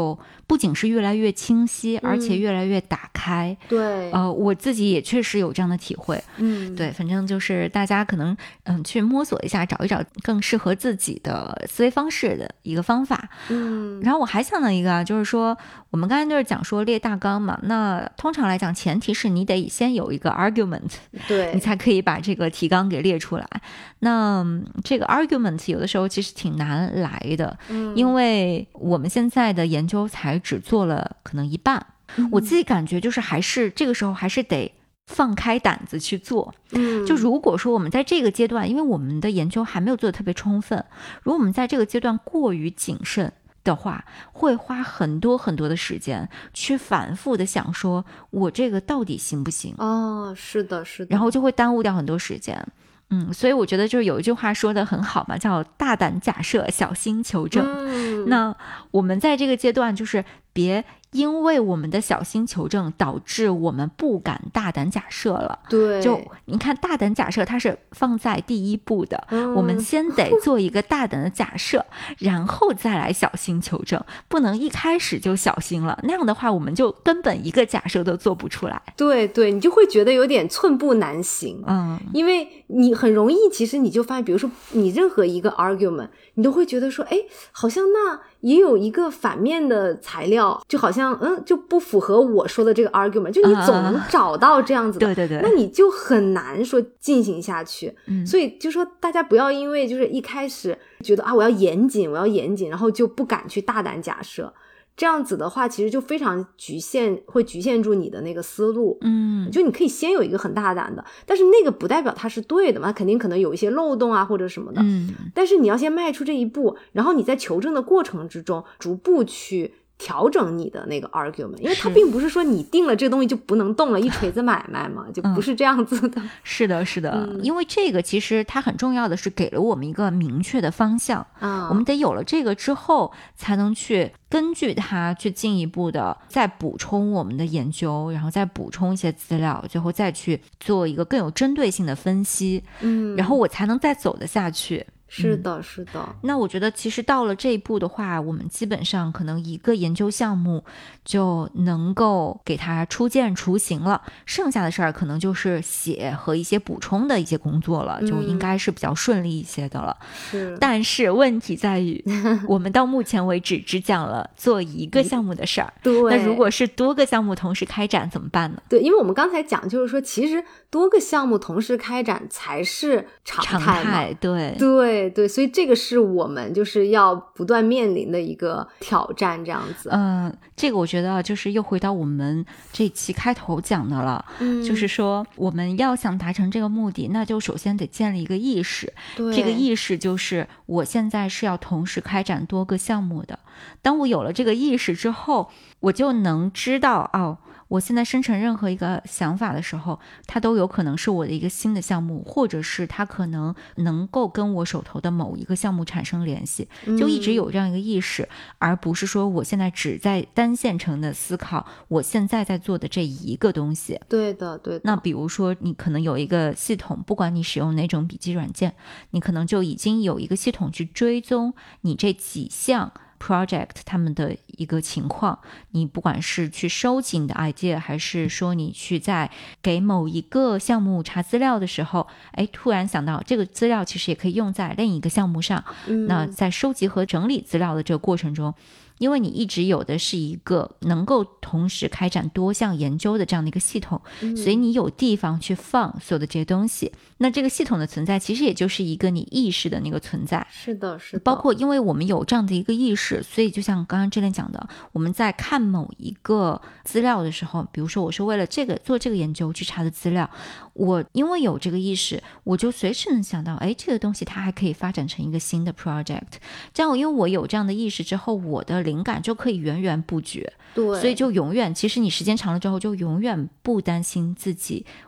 Speaker 1: 不仅是越来越清晰，而且越来越打开。
Speaker 2: 嗯、对，
Speaker 1: 呃，我自己也确实有这样的体会。
Speaker 2: 嗯，
Speaker 1: 对，反正就是大家可能嗯去摸索一下，找一找更适合自己的思维方式的一个方法。
Speaker 2: 嗯，
Speaker 1: 然后我还想到一个啊，就是说我们刚才就是讲说列大纲嘛，那通常来讲，前提是你得先有一个 argument，
Speaker 2: 对，
Speaker 1: 你才可以把这个提纲给列出来。那这个 argument 有的时候其实挺难来的，
Speaker 2: 嗯、
Speaker 1: 因为我们现在的研究才只做了可能一半，
Speaker 2: 嗯、
Speaker 1: 我自己感觉就是还是这个时候还是得放开胆子去做。
Speaker 2: 嗯，
Speaker 1: 就如果说我们在这个阶段，因为我们的研究还没有做得特别充分，如果我们在这个阶段过于谨慎的话，会花很多很多的时间去反复的想说我这个到底行不行。
Speaker 2: 哦，是的是的，
Speaker 1: 然后就会耽误掉很多时间。嗯，所以我觉得就是有一句话说的很好嘛，叫大胆假设，小心求证。
Speaker 2: 嗯、
Speaker 1: 那我们在这个阶段就是别因为我们的小心求证导致我们不敢大胆假设了。
Speaker 2: 对，
Speaker 1: 就你看大胆假设它是放在第一步的、
Speaker 2: 嗯、
Speaker 1: 我们先得做一个大胆的假设然后再来小心求证，不能一开始就小心了，那样的话我们就根本一个假设都做不出来。
Speaker 2: 对对，你就会觉得有点寸步难行。
Speaker 1: 嗯，
Speaker 2: 因为你很容易其实你就发现，比如说你任何一个 argument 你都会觉得说，哎，好像那也有一个反面的材料，就好像嗯就不符合我说的这个 argument， 就你总能找到这样子的、
Speaker 1: 啊、对对对，
Speaker 2: 那你就很难说进行下去。
Speaker 1: 嗯，
Speaker 2: 所以就说大家不要因为就是一开始觉得啊我要严谨我要严谨，然后就不敢去大胆假设，这样子的话其实就非常局限，会局限住你的那个思路。
Speaker 1: 嗯，
Speaker 2: 就你可以先有一个很大胆的，但是那个不代表它是对的嘛，肯定可能有一些漏洞啊或者什么的。
Speaker 1: 嗯，
Speaker 2: 但是你要先迈出这一步，然后你在求证的过程之中逐步去调整你的那个 argument， 因为它并不是说你定了这个东西就不能动了，一锤子买卖嘛，就不是这样子的。
Speaker 1: 嗯、是的是的、嗯、因为这个其实它很重要的是给了我们一个明确的方向、
Speaker 2: 嗯、
Speaker 1: 我们得有了这个之后才能去根据它去进一步的再补充我们的研究，然后再补充一些资料，最后再去做一个更有针对性的分析，
Speaker 2: 嗯，
Speaker 1: 然后我才能再走得下去。
Speaker 2: 是的是的、
Speaker 1: 嗯、那我觉得其实到了这一步的话，我们基本上可能一个研究项目就能够给它初见雏形了，剩下的事儿可能就是写和一些补充的一些工作了、嗯、就应该是比较顺利一些的了。
Speaker 2: 是，
Speaker 1: 但是问题在于我们到目前为止只讲了做一个项目的事儿
Speaker 2: 对，
Speaker 1: 那如果是多个项目同时开展怎么办呢？
Speaker 2: 对，因为我们刚才讲就是说其实多个项目同时开展才是常态嘛，
Speaker 1: 常态，对
Speaker 2: 对对，所以这个是我们就是要不断面临的一个挑战，这样子。
Speaker 1: 嗯，这个我觉得就是又回到我们这期开头讲的了、嗯、就是说我们要想达成这个目的，那就首先得建立一个意识，
Speaker 2: 对，
Speaker 1: 这个意识就是我现在是要同时开展多个项目的。当我有了这个意识之后，我就能知道哦，我现在生成任何一个想法的时候，它都有可能是我的一个新的项目，或者是它可能能够跟我手头的某一个项目产生联系，就一直有这样一个意识、嗯、而不是说我现在只在单线程的思考我现在在做的这一个东西。
Speaker 2: 对的对的。
Speaker 1: 那比如说你可能有一个系统，不管你使用哪种笔记软件，你可能就已经有一个系统去追踪你这几项project 他们的一个情况，你不管是去收集你的 idea， 还是说你去在给某一个项目查资料的时候，哎，突然想到这个资料其实也可以用在另一个项目上、嗯、那在收集和整理资料的这个过程中，因为你一直有的是一个能够同时开展多项研究的这样的一个系统、嗯、所以你有地方去放所有的这些东西，那这个系统的存在其实也就是一个你意识的那个存在。
Speaker 2: 是的是的，
Speaker 1: 包括因为我们有这样的一个意识，所以就像刚刚之前讲的，我们在看某一个资料的时候，比如说我是为了这个做这个研究去查的资料，我因为有这个意识，我就随时能想到，哎，这个东西它还可以发展成一个新的 project。 这样因为我有这样的意识之后，我的灵感就可以源源不绝。
Speaker 2: 对，
Speaker 1: 所以就永远，其实你时间长了之后就永远不担心自己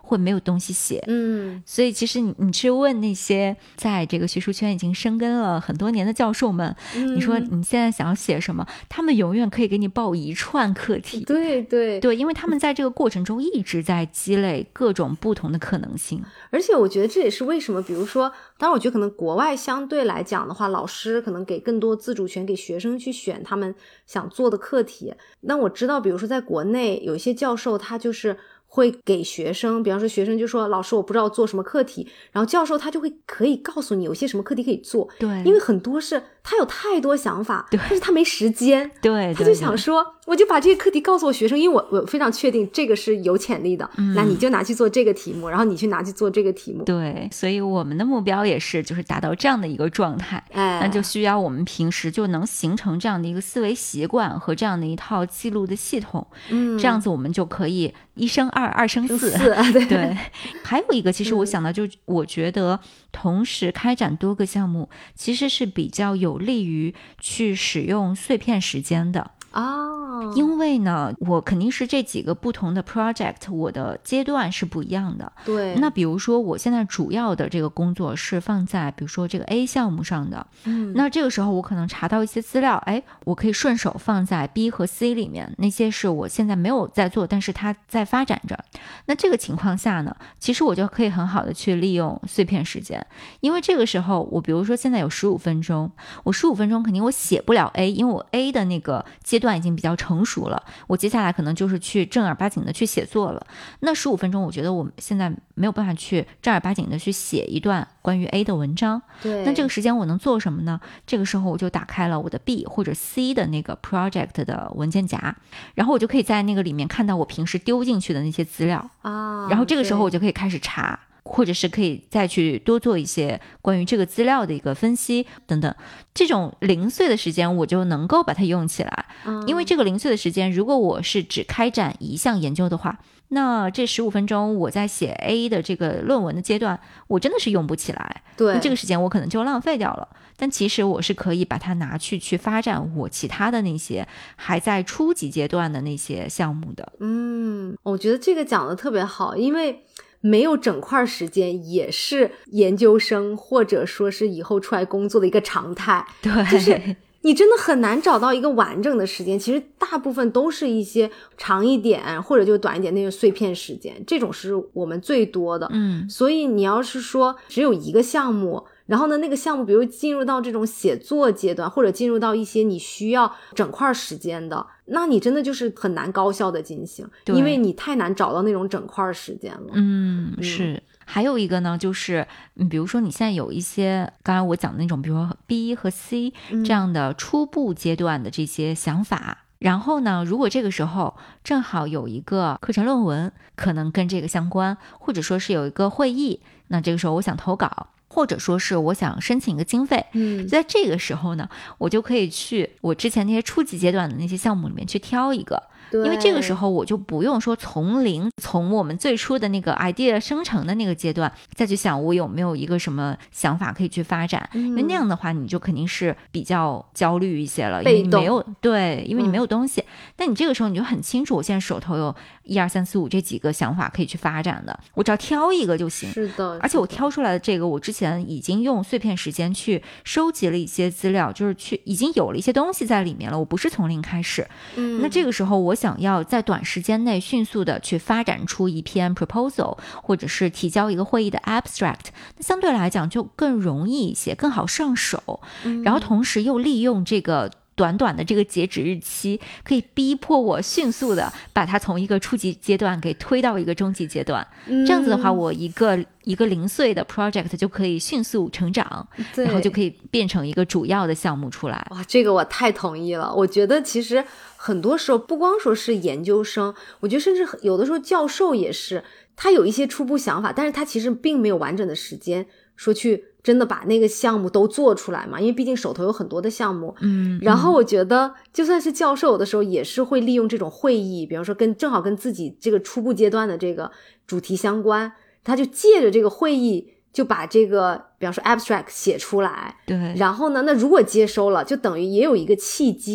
Speaker 1: 会没有东西写。
Speaker 2: 嗯，
Speaker 1: 所以其实你你去问那些在这个学术圈已经深耕了很多年的教授们，
Speaker 2: 嗯，
Speaker 1: 你说你现在想要写什么，他们永远可以给你报一串课题。
Speaker 2: 对对
Speaker 1: 对，因为他们在这个过程中一直在积累各种不同的可能性。
Speaker 2: 而且我觉得这也是为什么，比如说当然我觉得可能国外相对来讲的话，老师可能给更多自主权给学生去选他们想做的课题。那我知道比如说在国内有一些教授他就是会给学生，比方说学生就说老师我不知道做什么课题，然后教授他就会可以告诉你有些什么课题可以做。
Speaker 1: 对，
Speaker 2: 因为很多是他有太多想法，
Speaker 1: 对，
Speaker 2: 但是他没时间。
Speaker 1: 对，
Speaker 2: 他就想说我就把这个课题告诉我学生，因为我我非常确定这个是有潜力的、嗯、那你就拿去做这个题目，然后你去拿去做这个题目。
Speaker 1: 对，所以我们的目标也是就是达到这样的一个状态、哎、那就需要我们平时就能形成这样的一个思维习惯和这样的一套记录的系统。嗯，这样子我们就可以一生二，二生四。
Speaker 2: 对
Speaker 1: 对，还有一个其实我想到就、嗯、我觉得同时开展多个项目其实是比较有利于去使用碎片时间的。
Speaker 2: 哦，
Speaker 1: 因为呢我肯定是这几个不同的 project 我的阶段是不一样的。
Speaker 2: 对，
Speaker 1: 那比如说我现在主要的这个工作是放在比如说这个 A 项目上的，嗯，那这个时候我可能查到一些资料，哎，我可以顺手放在 B 和 C 里面，那些是我现在没有在做但是它在发展着。那这个情况下呢，其实我就可以很好的去利用碎片时间，因为这个时候我比如说现在有十五分钟，我十五分钟肯定我写不了 A， 因为我 A 的那个阶段已经比较成熟了，我接下来可能就是去正儿八经的去写作了。那十五分钟我觉得我现在没有办法去正儿八经的去写一段关于 A 的文章。
Speaker 2: 对，
Speaker 1: 那这个时间我能做什么呢？这个时候我就打开了我的 B 或者 C 的那个 project 的文件夹，然后我就可以在那个里面看到我平时丢进去的那些资料
Speaker 2: 啊，
Speaker 1: 然后这个时候我就可以开始查，或者是可以再去多做一些关于这个资料的一个分析等等。这种零碎的时间我就能够把它用起来、嗯、因为这个零碎的时间如果我是只开展一项研究的话，那这十五分钟我在写 A 的这个论文的阶段我真的是用不起来。
Speaker 2: 对，
Speaker 1: 那这个时间我可能就浪费掉了。但其实我是可以把它拿去去发展我其他的那些还在初级阶段的那些项目的。
Speaker 2: 嗯，我觉得这个讲的特别好，因为没有整块时间也是研究生或者说是以后出来工作的一个常态。
Speaker 1: 对，
Speaker 2: 就是你真的很难找到一个完整的时间，其实大部分都是一些长一点或者就短一点那种碎片时间，这种是我们最多的。
Speaker 1: 嗯，
Speaker 2: 所以你要是说只有一个项目，然后呢那个项目比如进入到这种写作阶段，或者进入到一些你需要整块时间的，那你真的就是很难高效的进行，因为你太难找到那种整块时间了。
Speaker 1: 嗯，是。还有一个呢就是嗯，比如说你现在有一些刚才我讲的那种比如说 B 和 C 这样的初步阶段的这些想法、嗯、然后呢如果这个时候正好有一个课程论文可能跟这个相关，或者说是有一个会议，那这个时候我想投稿，或者说是我想申请一个经费，嗯，在这个时候呢我就可以去我之前那些初级阶段的那些项目里面去挑一个，因为这个时候我就不用说从零从我们最初的那个 idea 生成的那个阶段再去想我有没有一个什么想法可以去发展、嗯、因为那样的话你就肯定是比较焦虑一些了，因为你没有对，因为你没有东西、嗯、但你这个时候你就很清楚我现在手头有一二三四五这几个想法可以去发展的，我只要挑一个就行。
Speaker 2: 是的，
Speaker 1: 而且我挑出来的这个我之前已经用碎片时间去收集了一些资料，就是去已经有了一些东西在里面了，我不是从零开始。嗯，那这个时候我想要在短时间内迅速的去发展出一篇 proposal 或者是提交一个会议的 abstract， 那相对来讲就更容易一些，更好上手、嗯、然后同时又利用这个短短的这个截止日期可以逼迫我迅速的把它从一个初级阶段给推到一个中级阶段、嗯、这样子的话我一个一个零碎的 project 就可以迅速成长，然后就可以变成一个主要的项目出来。
Speaker 2: 哇，这个我太同意了。我觉得其实很多时候不光说是研究生，我觉得甚至有的时候教授也是，他有一些初步想法，但是他其实并没有完整的时间说去真的把那个项目都做出来嘛，因为毕竟手头有很多的项目。嗯，然后我觉得就算是教授有的时候也是会利用这种会议，比方说跟正好跟自己这个初步阶段的这个主题相关，他就借着这个会议就把这个比方说 abstract 写出来。
Speaker 1: 对，
Speaker 2: 然后呢那如果接收了就等于也有一个契机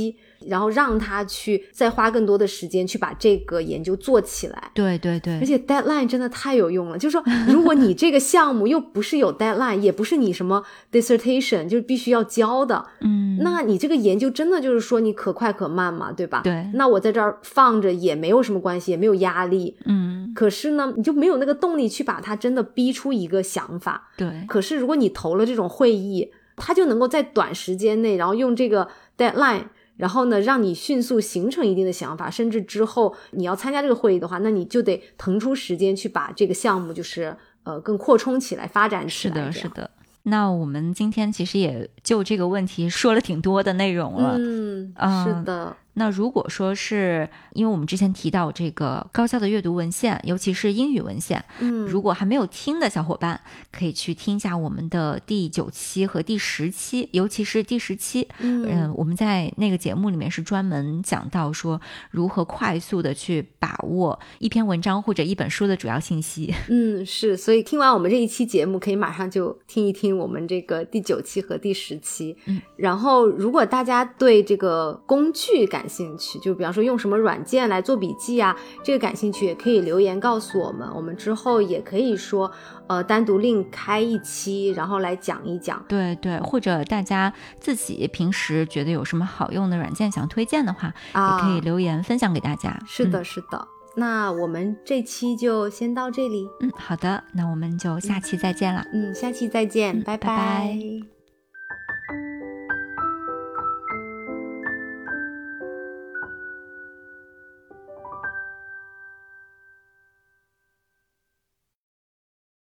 Speaker 2: 然后让他去再花更多的时间去把这个研究做起来。
Speaker 1: 对对对，
Speaker 2: 而且 deadline 真的太有用了，就是说如果你这个项目又不是有 deadline 也不是你什么 dissertation 就是必须要交的，
Speaker 1: 嗯，
Speaker 2: 那你这个研究真的就是说你可快可慢嘛，对吧？
Speaker 1: 对，
Speaker 2: 那我在这儿放着也没有什么关系，也没有压力，
Speaker 1: 嗯，
Speaker 2: 可是呢你就没有那个动力去把它真的逼出一个想法。
Speaker 1: 对，
Speaker 2: 可是如果你投了这种会议，它就能够在短时间内，然后用这个 deadline，然后呢让你迅速形成一定的想法，甚至之后你要参加这个会议的话，那你就得腾出时间去把这个项目就是呃更扩充起来，发展起来。
Speaker 1: 是的是的。那我们今天其实也就这个问题说了挺多的内容了。
Speaker 2: 嗯，
Speaker 1: 呃、
Speaker 2: 是的。
Speaker 1: 那如果说是因为我们之前提到这个高效的阅读文献，尤其是英语文献，
Speaker 2: 嗯，
Speaker 1: 如果还没有听的小伙伴可以去听一下我们的第九期和第十期，尤其是第十期，
Speaker 2: 嗯、
Speaker 1: 呃、我们在那个节目里面是专门讲到说如何快速的去把握一篇文章或者一本书的主要信息。
Speaker 2: 嗯，是，所以听完我们这一期节目可以马上就听一听我们这个第九期和第十期。
Speaker 1: 嗯，
Speaker 2: 然后如果大家对这个工具感兴趣，就比方说用什么软件来做笔记啊，这个感兴趣也可以留言告诉我们，我们之后也可以说呃单独另开一期然后来讲一讲。
Speaker 1: 对对，或者大家自己平时觉得有什么好用的软件想推荐的话、啊、也可以留言分享给大家。
Speaker 2: 是的、
Speaker 1: 嗯、
Speaker 2: 是的。那我们这期就先到这里。
Speaker 1: 嗯，好的，那我们就下期再见了。
Speaker 2: 嗯，下期再见、嗯、拜拜。
Speaker 1: 拜拜。